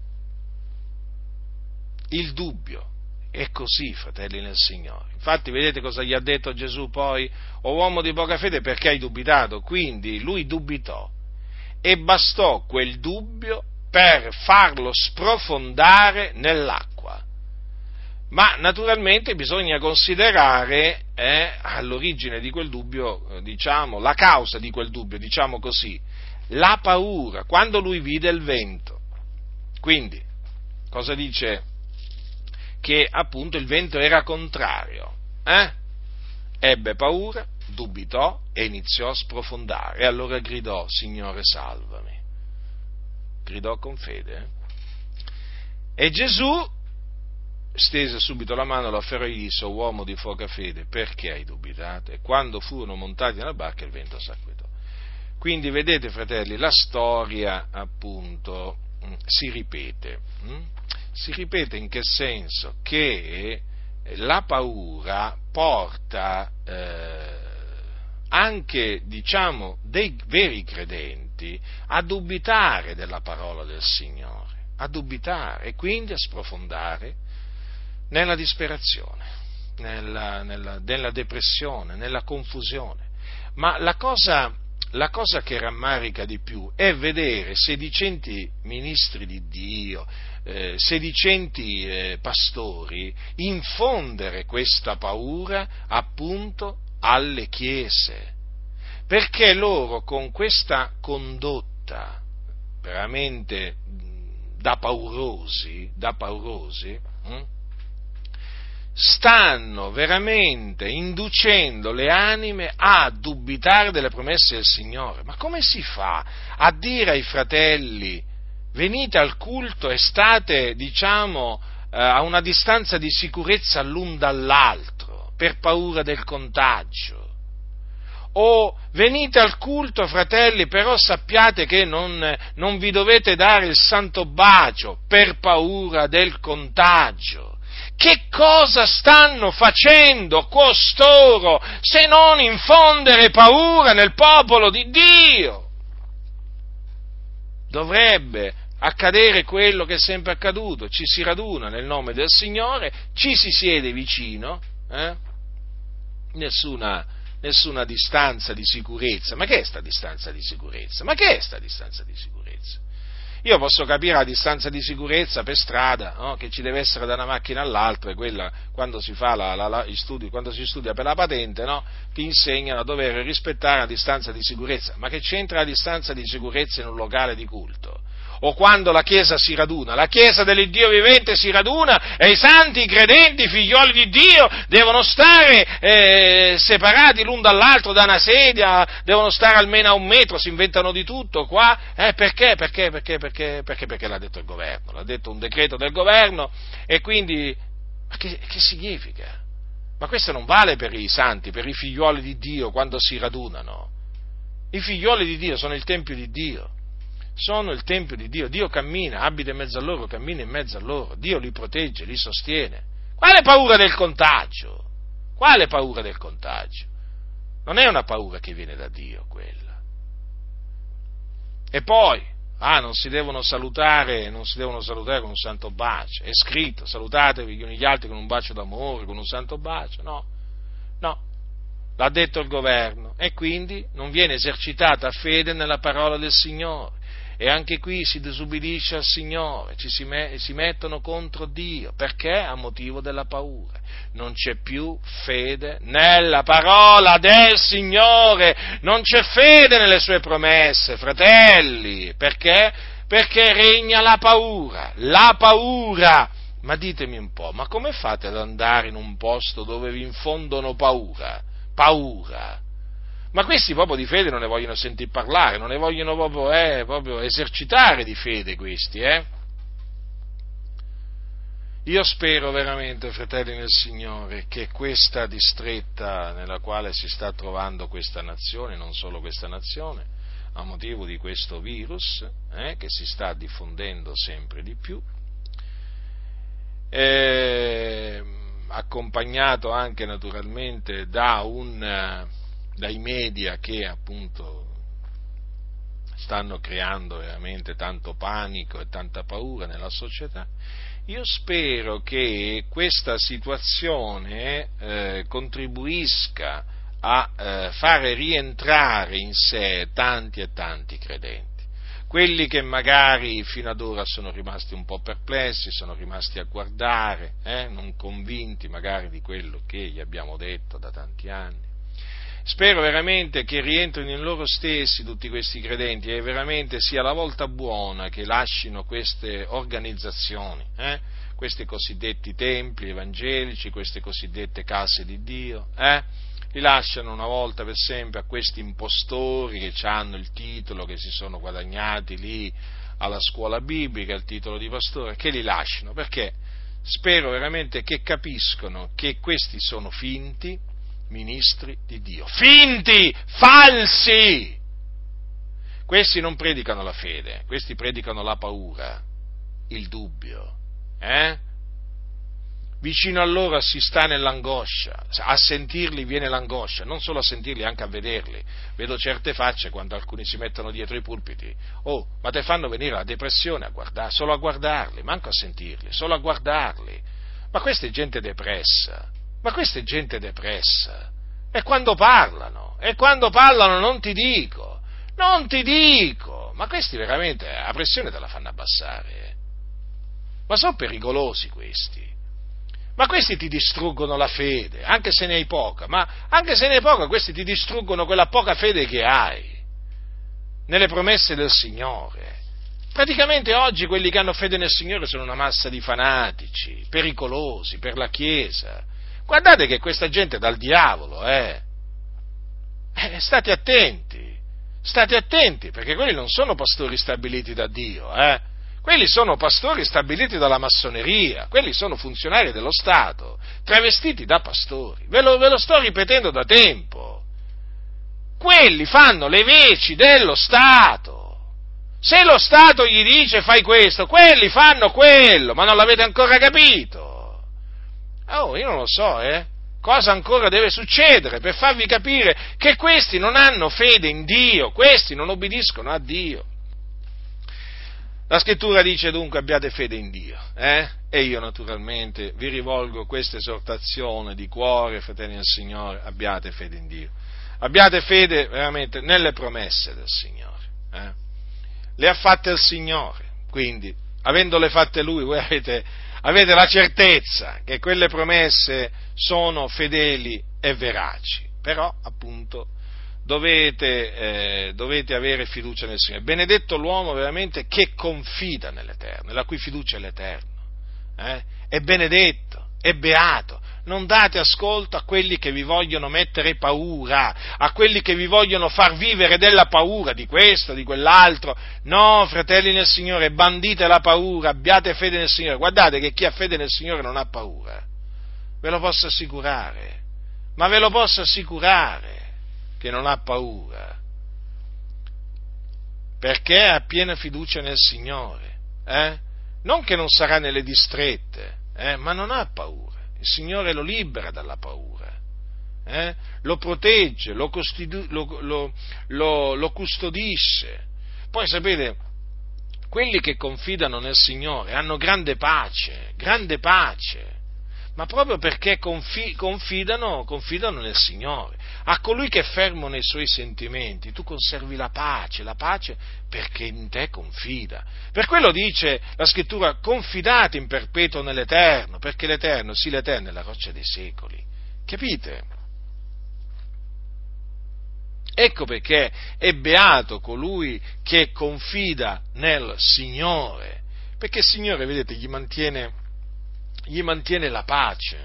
Il dubbio. È così, fratelli nel Signore. Infatti, vedete cosa gli ha detto Gesù poi? O uomo di poca fede, perché hai dubitato? Quindi lui dubitò e bastò quel dubbio per farlo sprofondare nell'acqua. Ma naturalmente bisogna considerare eh, all'origine di quel dubbio, diciamo, la causa di quel dubbio, diciamo così, la paura, quando lui vide il vento. Quindi, cosa dice? Che appunto il vento era contrario, eh? Ebbe paura, dubitò e iniziò a sprofondare. E allora gridò: Signore, salvami. Gridò con fede. Eh? E Gesù stese subito la mano, lo afferrò e gli disse: uomo di poca fede, perché hai dubitato? E quando furono montati nella barca il vento s'acquietò. Quindi vedete, fratelli, la storia appunto si ripete. Hm? Si ripete in che senso? Che la paura porta eh, anche, diciamo, dei veri credenti a dubitare della parola del Signore, a dubitare e quindi a sprofondare nella disperazione, nella, nella, nella depressione, nella confusione. Ma la cosa, la cosa che rammarica di più è vedere sedicenti ministri di Dio, eh, sedicenti eh, pastori infondere questa paura appunto alle chiese, perché loro con questa condotta veramente da paurosi, da paurosi, hm? stanno veramente inducendo le anime a dubitare delle promesse del Signore. Ma come si fa a dire ai fratelli: venite al culto e state, diciamo, eh, a una distanza di sicurezza l'un dall'altro per paura del contagio? O venite al culto, fratelli, però sappiate che non, non vi dovete dare il santo bacio per paura del contagio. Che cosa stanno facendo costoro se non infondere paura nel popolo di Dio? Dovrebbe accadere quello che è sempre accaduto: ci si raduna nel nome del Signore, ci si siede vicino, eh? nessuna, nessuna distanza di sicurezza. Ma che è sta distanza di sicurezza? Ma che è sta distanza di sicurezza? Io posso capire la distanza di sicurezza per strada, no? Che ci deve essere da una macchina all'altra, e quella quando si fa la, la, la, studi, quando si studia per la patente, no? Che insegnano a dover rispettare la distanza di sicurezza. Ma che c'entra la distanza di sicurezza in un locale di culto? O quando la Chiesa si raduna, la Chiesa dell'Iddio vivente si raduna e i santi, i credenti, i figlioli di Dio devono stare eh, separati l'un dall'altro da una sedia, devono stare almeno a un metro, si inventano di tutto qua, eh, perché? Perché? Perché? Perché? Perché? Perché l'ha detto il governo, l'ha detto un decreto del governo, e quindi, ma che, che significa? Ma questo non vale per i santi, per i figlioli di Dio quando si radunano. I figlioli di Dio sono il Tempio di Dio. Sono il Tempio di Dio, Dio cammina, abita in mezzo a loro, cammina in mezzo a loro, Dio li protegge, li sostiene. Quale paura del contagio? Quale paura del contagio? Non è una paura che viene da Dio quella. E poi, ah, non si devono salutare, non si devono salutare con un santo bacio, è scritto: salutatevi gli uni gli altri con un bacio d'amore, con un santo bacio, no, no. L'ha detto il governo, e quindi non viene esercitata fede nella parola del Signore. E anche qui si disubbidisce al Signore, ci si, me, si mettono contro Dio, perché? A motivo della paura. Non c'è più fede nella parola del Signore, non c'è fede nelle sue promesse, fratelli, perché? Perché regna la paura, la paura. Ma ditemi un po', ma come fate ad andare in un posto dove vi infondono paura? Paura? Ma questi proprio di fede non ne vogliono sentir parlare, non ne vogliono proprio, eh, proprio esercitare di fede questi, eh? Io spero veramente, fratelli nel Signore, che questa distretta nella quale si sta trovando questa nazione, non solo questa nazione, a motivo di questo virus, eh, che si sta diffondendo sempre di più, eh, accompagnato anche naturalmente da un... dai media che appunto stanno creando veramente tanto panico e tanta paura nella società. Io spero che questa situazione eh, contribuisca a eh, fare rientrare in sé tanti e tanti credenti. Quelli che magari fino ad ora sono rimasti un po' perplessi, sono rimasti a guardare, eh, non convinti magari di quello che gli abbiamo detto da tanti anni. Spero veramente che rientrino in loro stessi tutti questi credenti e veramente sia la volta buona che lascino queste organizzazioni, eh? questi cosiddetti templi evangelici, queste cosiddette case di Dio, eh? li lasciano una volta per sempre a questi impostori che hanno il titolo, che si sono guadagnati lì alla scuola biblica, il titolo di pastore, che li lasciano, perché spero veramente che capiscono che questi sono finti ministri di Dio, finti, falsi. Questi non predicano la fede, questi predicano la paura, il dubbio, eh? Vicino a loro si sta nell'angoscia, a sentirli viene l'angoscia, non solo a sentirli, anche a vederli. Vedo certe facce quando alcuni si mettono dietro i pulpiti, oh, ma te fanno venire la depressione a guardare, solo a guardarli, manco a sentirli, solo a guardarli. Ma questa è gente depressa. Ma questa è gente depressa, e quando parlano, e quando parlano non ti dico, non ti dico, ma questi veramente la pressione te la fanno abbassare, Ma sono pericolosi questi. Ma questi ti distruggono la fede, anche se ne hai poca, ma anche se ne hai poca, questi ti distruggono quella poca fede che hai nelle promesse del Signore. Praticamente oggi quelli che hanno fede nel Signore sono una massa di fanatici, pericolosi per la Chiesa. Guardate che questa gente è dal diavolo, eh. eh state attenti, state attenti, perché quelli non sono pastori stabiliti da Dio, eh. Quelli sono pastori stabiliti dalla massoneria, quelli sono funzionari dello Stato, travestiti da pastori. Ve lo, ve lo sto ripetendo da tempo. Quelli fanno le veci dello Stato. Se lo Stato gli dice fai questo, quelli fanno quello, ma non l'avete ancora capito? Oh, io non lo so, eh? Cosa ancora deve succedere per farvi capire che questi non hanno fede in Dio, questi non obbediscono a Dio. La Scrittura dice dunque abbiate fede in Dio, eh? E io naturalmente vi rivolgo questa esortazione di cuore, fratelli del Signore, abbiate fede in Dio. Abbiate fede veramente nelle promesse del Signore, eh? Le ha fatte il Signore, quindi, avendole fatte Lui, voi avete, avete la certezza che quelle promesse sono fedeli e veraci, però, appunto, dovete, eh, dovete avere fiducia nel Signore. Benedetto l'uomo veramente che confida nell'Eterno, la cui fiducia è l'Eterno, eh? È benedetto, è beato. Non date ascolto a quelli che vi vogliono mettere paura, a quelli che vi vogliono far vivere della paura, di questo, di quell'altro. No, fratelli nel Signore, bandite la paura, abbiate fede nel Signore. Guardate che chi ha fede nel Signore non ha paura, ve lo posso assicurare, ma ve lo posso assicurare che non ha paura, perché ha piena fiducia nel Signore, eh? Non che non sarà nelle distrette, eh? Ma non ha paura. Il Signore lo libera dalla paura, eh? Lo protegge, lo, costitu- lo, lo, lo, lo custodisce. Poi sapete, quelli che confidano nel Signore hanno grande pace, grande pace, ma proprio perché confi- confidano, confidano nel Signore. A colui che è fermo nei suoi sentimenti, tu conservi la pace, la pace perché in te confida. Per quello dice la Scrittura, confidate in perpetuo nell'Eterno, perché l'Eterno, sì l'Eterno è la roccia dei secoli. Capite? Ecco perché è beato colui che confida nel Signore, perché il Signore, vedete, gli mantiene, gli mantiene la pace.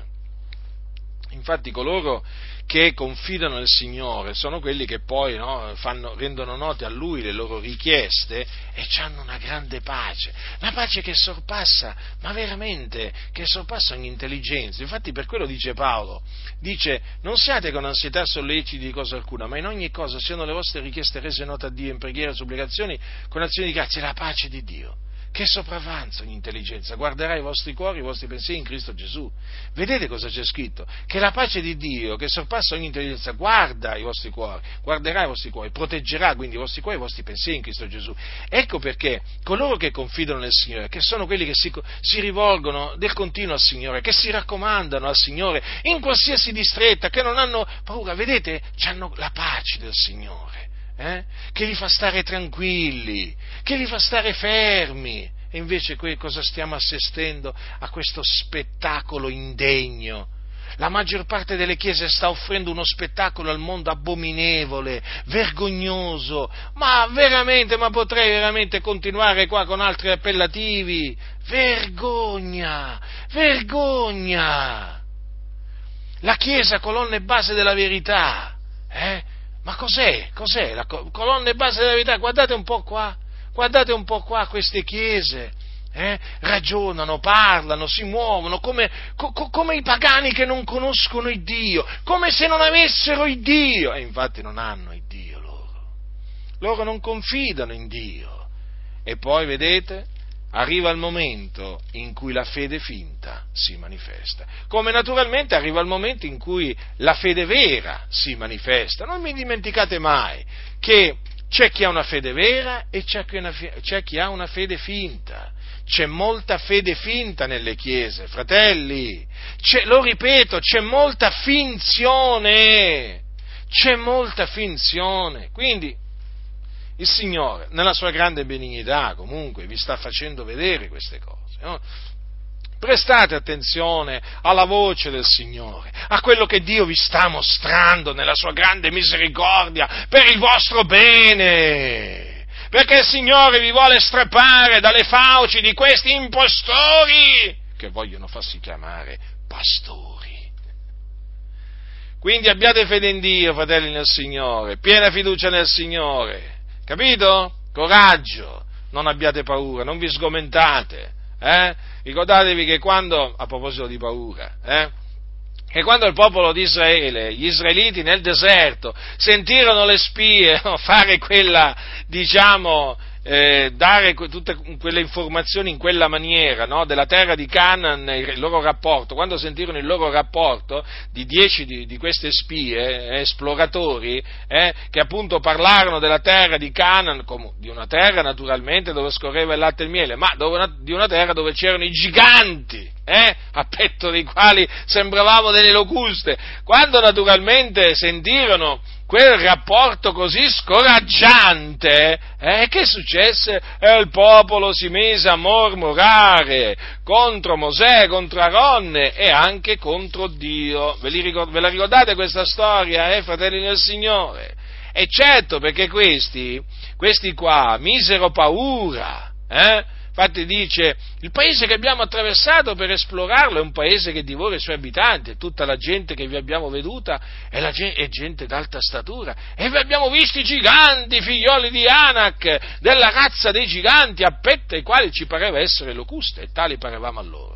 Infatti coloro che confidano nel Signore sono quelli che poi no, fanno, rendono note a Lui le loro richieste e hanno una grande pace, una pace che sorpassa, ma veramente, che sorpassa ogni intelligenza. Infatti per quello dice Paolo, dice, non siate con ansietà solleciti di cosa alcuna, ma in ogni cosa siano le vostre richieste rese note a Dio in preghiera, supplicazioni, con azioni di grazia, la pace di Dio, che sopravanza ogni intelligenza, guarderà i vostri cuori, i vostri pensieri in Cristo Gesù. Vedete cosa c'è scritto? Che la pace di Dio, che sorpassa ogni intelligenza, guarda i vostri cuori, guarderà i vostri cuori, proteggerà quindi i vostri cuori, i vostri pensieri in Cristo Gesù. Ecco perché coloro che confidano nel Signore, che sono quelli che si, si rivolgono del continuo al Signore, che si raccomandano al Signore in qualsiasi distretta, che non hanno paura, vedete, hanno la pace del Signore. Eh? Che li fa stare tranquilli, che li fa stare fermi, e invece que- cosa stiamo assistendo? A questo spettacolo indegno. La maggior parte delle chiese sta offrendo uno spettacolo al mondo abominevole, vergognoso, ma veramente, ma potrei veramente continuare qua con altri appellativi. Vergogna, vergogna! La Chiesa, colonna e base della verità, eh? Ma cos'è? Cos'è la colonna e base della verità? Guardate un po' qua, guardate un po' qua queste chiese, eh? Ragionano, parlano, si muovono come, co, come i pagani che non conoscono il Dio, come se non avessero il Dio, e infatti non hanno il Dio loro, loro non confidano in Dio, e poi vedete, arriva il momento in cui la fede finta si manifesta, come naturalmente arriva il momento in cui la fede vera si manifesta. Non mi dimenticate mai che c'è chi ha una fede vera e c'è chi, una, c'è chi ha una fede finta. C'è molta fede finta nelle chiese, fratelli, c'è, lo ripeto, c'è molta finzione, c'è molta finzione, quindi il Signore, nella sua grande benignità, comunque, vi sta facendo vedere queste cose, no? Prestate attenzione alla voce del Signore, a quello che Dio vi sta mostrando nella sua grande misericordia per il vostro bene, perché il Signore vi vuole strappare dalle fauci di questi impostori che vogliono farsi chiamare pastori. Quindi abbiate fede in Dio, fratelli nel Signore, piena fiducia nel Signore, capito? Coraggio, non abbiate paura, non vi sgomentate. Eh? Ricordatevi che quando, a proposito di paura, eh? che quando il popolo di Israele, gli israeliti nel deserto, sentirono le spie no, fare quella, diciamo, eh, dare que- tutte quelle informazioni in quella maniera, no, della terra di Canaan, il loro rapporto, quando sentirono il loro rapporto di dieci di, di queste spie, eh, esploratori, eh, che appunto parlarono della terra di Canaan, come, di una terra naturalmente dove scorreva il latte e il miele, ma dove una, di una terra dove c'erano i giganti, eh, a petto dei quali sembravamo delle locuste, quando naturalmente sentirono quel rapporto così scoraggiante, eh, che successe? E il popolo si mise a mormorare contro Mosè, contro Aronne e anche contro Dio. Ve, li ricord- ve la ricordate questa storia, eh, fratelli del Signore? E certo, perché questi, questi qua misero paura, eh? Infatti dice, il paese che abbiamo attraversato per esplorarlo è un paese che divora i suoi abitanti, e tutta la gente che vi abbiamo veduta è, la gente, è gente d'alta statura, e vi abbiamo visti giganti, figlioli di Anak, della razza dei giganti, a petto ai quali ci pareva essere locuste, e tali parevamo a loro.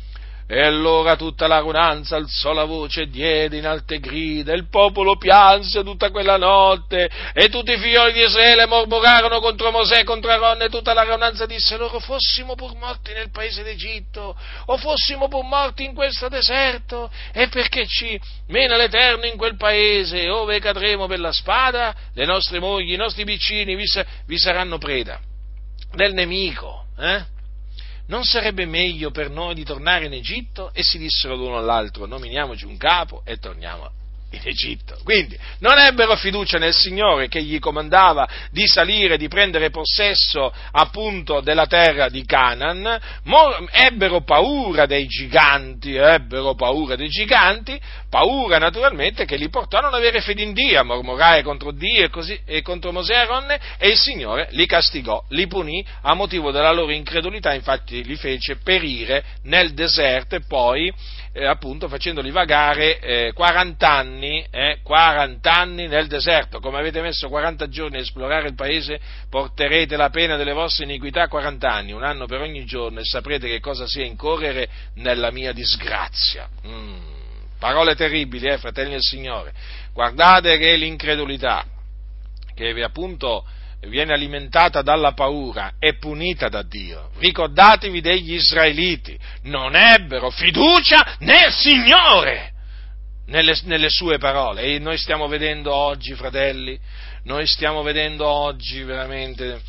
E allora tutta la raunanza alzò la voce e diede in alte grida, il popolo pianse tutta quella notte, e tutti i figlioli di Israele mormorarono contro Mosè e contro Aronne, e tutta la raunanza disse loro, fossimo pur morti nel paese d'Egitto, o fossimo pur morti in questo deserto, e perché ci mena l'Eterno in quel paese, ove cadremo per la spada, le nostre mogli, i nostri piccini vi, sa- vi saranno preda del nemico, eh? Non sarebbe meglio per noi di tornare in Egitto? E si dissero l'uno all'altro, nominiamoci un capo e torniamo in Egitto. Quindi non ebbero fiducia nel Signore che gli comandava di salire, di prendere possesso appunto della terra di Canaan, mo- ebbero paura dei giganti, ebbero paura dei giganti, paura naturalmente che li portò a non avere fede in Dio, a mormorare contro Dio e, così, e contro Mosè e Aronne, e il Signore li castigò, li punì a motivo della loro incredulità, infatti li fece perire nel deserto e poi eh, appunto facendoli vagare eh, quaranta anni, eh, quaranta anni nel deserto. Come avete messo quaranta giorni a esplorare il paese, porterete la pena delle vostre iniquità quaranta anni, un anno per ogni giorno, e saprete che cosa sia incorrere nella mia disgrazia. Mm. Parole terribili, eh, fratelli del Signore. Guardate che l'incredulità, che appunto viene alimentata dalla paura, è punita da Dio. Ricordatevi degli israeliti, non ebbero fiducia nel Signore, nelle, nelle sue parole, e noi stiamo vedendo oggi, fratelli, noi stiamo vedendo oggi veramente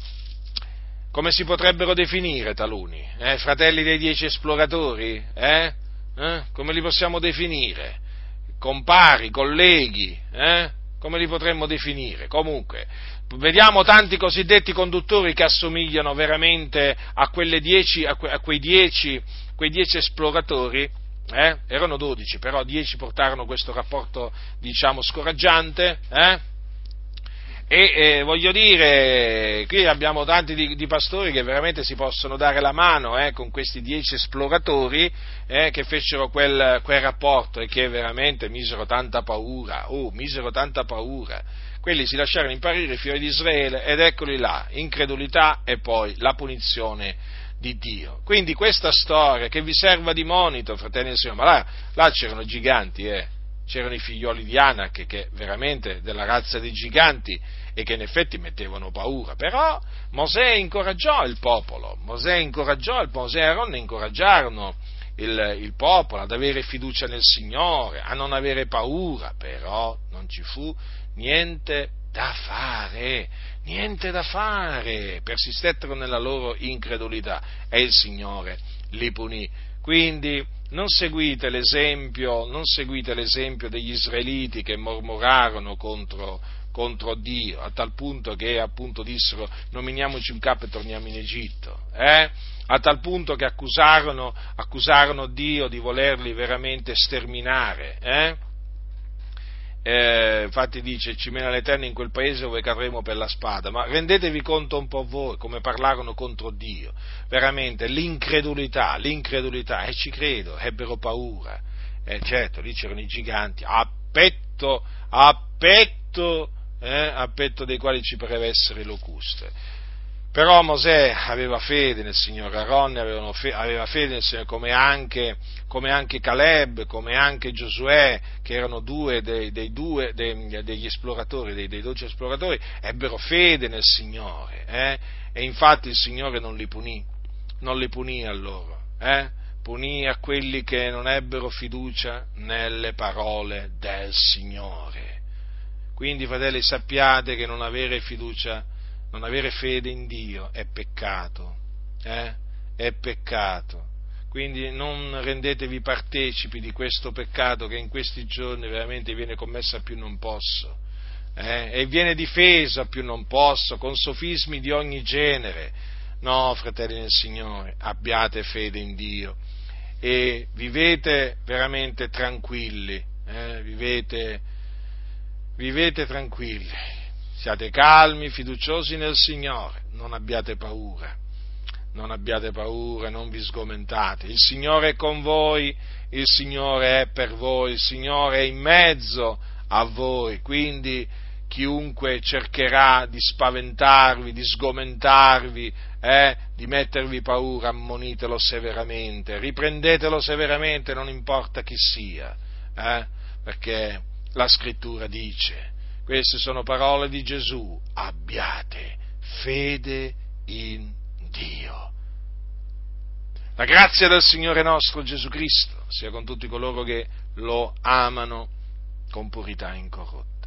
come si potrebbero definire taluni, eh, fratelli dei dieci esploratori, eh? Eh? Come li possiamo definire? Compari, colleghi, eh? Come li potremmo definire? Comunque, vediamo tanti cosiddetti conduttori che assomigliano veramente a quelle dieci, a, que, a quei dieci, quei dieci esploratori, eh? Erano dodici, però dieci portarono questo rapporto, diciamo, scoraggiante, eh? E eh, voglio dire, qui abbiamo tanti di, di pastori che veramente si possono dare la mano eh, con questi dieci esploratori eh, che fecero quel, quel rapporto e che veramente misero tanta paura, oh, misero tanta paura. Quelli si lasciarono imparire i figli di Israele ed eccoli là, incredulità e poi la punizione di Dio. Quindi questa storia che vi serva di monito, fratelli del Signore, ma là, là c'erano giganti, eh. C'erano i figlioli di Anak che veramente della razza dei giganti e che in effetti mettevano paura, però Mosè incoraggiò il popolo, Mosè incoraggiò, Mosè e Aronne incoraggiarono il, il popolo ad avere fiducia nel Signore, a non avere paura, però non ci fu niente da fare, niente da fare, persistettero nella loro incredulità e il Signore li punì. Quindi non seguite l'esempio, non seguite l'esempio degli israeliti che mormorarono contro, contro Dio, a tal punto che appunto dissero nominiamoci un capo e torniamo in Egitto. Eh? a tal punto che accusarono, accusarono Dio di volerli veramente sterminare, eh? Eh, infatti dice, ci mena l'Eterno in quel paese dove cadremo per la spada, ma rendetevi conto un po' voi come parlarono contro Dio, veramente l'incredulità, l'incredulità, e ci credo, ebbero paura, eh, certo, lì c'erano i giganti, a petto, a petto, eh, a petto dei quali ci pareva essere locuste. Però Mosè aveva fede nel Signore, Aronne aveva fede nel Signore, come anche, come anche Caleb, come anche Giosuè, che erano due dei, dei due dei, degli esploratori, dei, dei dodici esploratori, ebbero fede nel Signore, eh? E infatti il Signore non li punì, non li punì a loro, eh? Punì a quelli che non ebbero fiducia nelle parole del Signore. Quindi, fratelli, sappiate che non avere fiducia, non avere fede in Dio è peccato, eh? È peccato. Quindi non rendetevi partecipi di questo peccato che in questi giorni veramente viene commesso a più non posso, eh? E viene difeso a più non posso, con sofismi di ogni genere. No, fratelli nel Signore, abbiate fede in Dio e vivete veramente tranquilli, eh? vivete, vivete tranquilli. Siate calmi, fiduciosi nel Signore, non abbiate paura, non abbiate paura, non vi sgomentate. Il Signore è con voi, il Signore è per voi, il Signore è in mezzo a voi, quindi chiunque cercherà di spaventarvi, di sgomentarvi, eh, di mettervi paura, ammonitelo severamente, riprendetelo severamente, non importa chi sia, eh, perché la Scrittura dice: queste sono parole di Gesù, abbiate fede in Dio. La grazia del Signore nostro Gesù Cristo sia con tutti coloro che lo amano con purità incorrotta.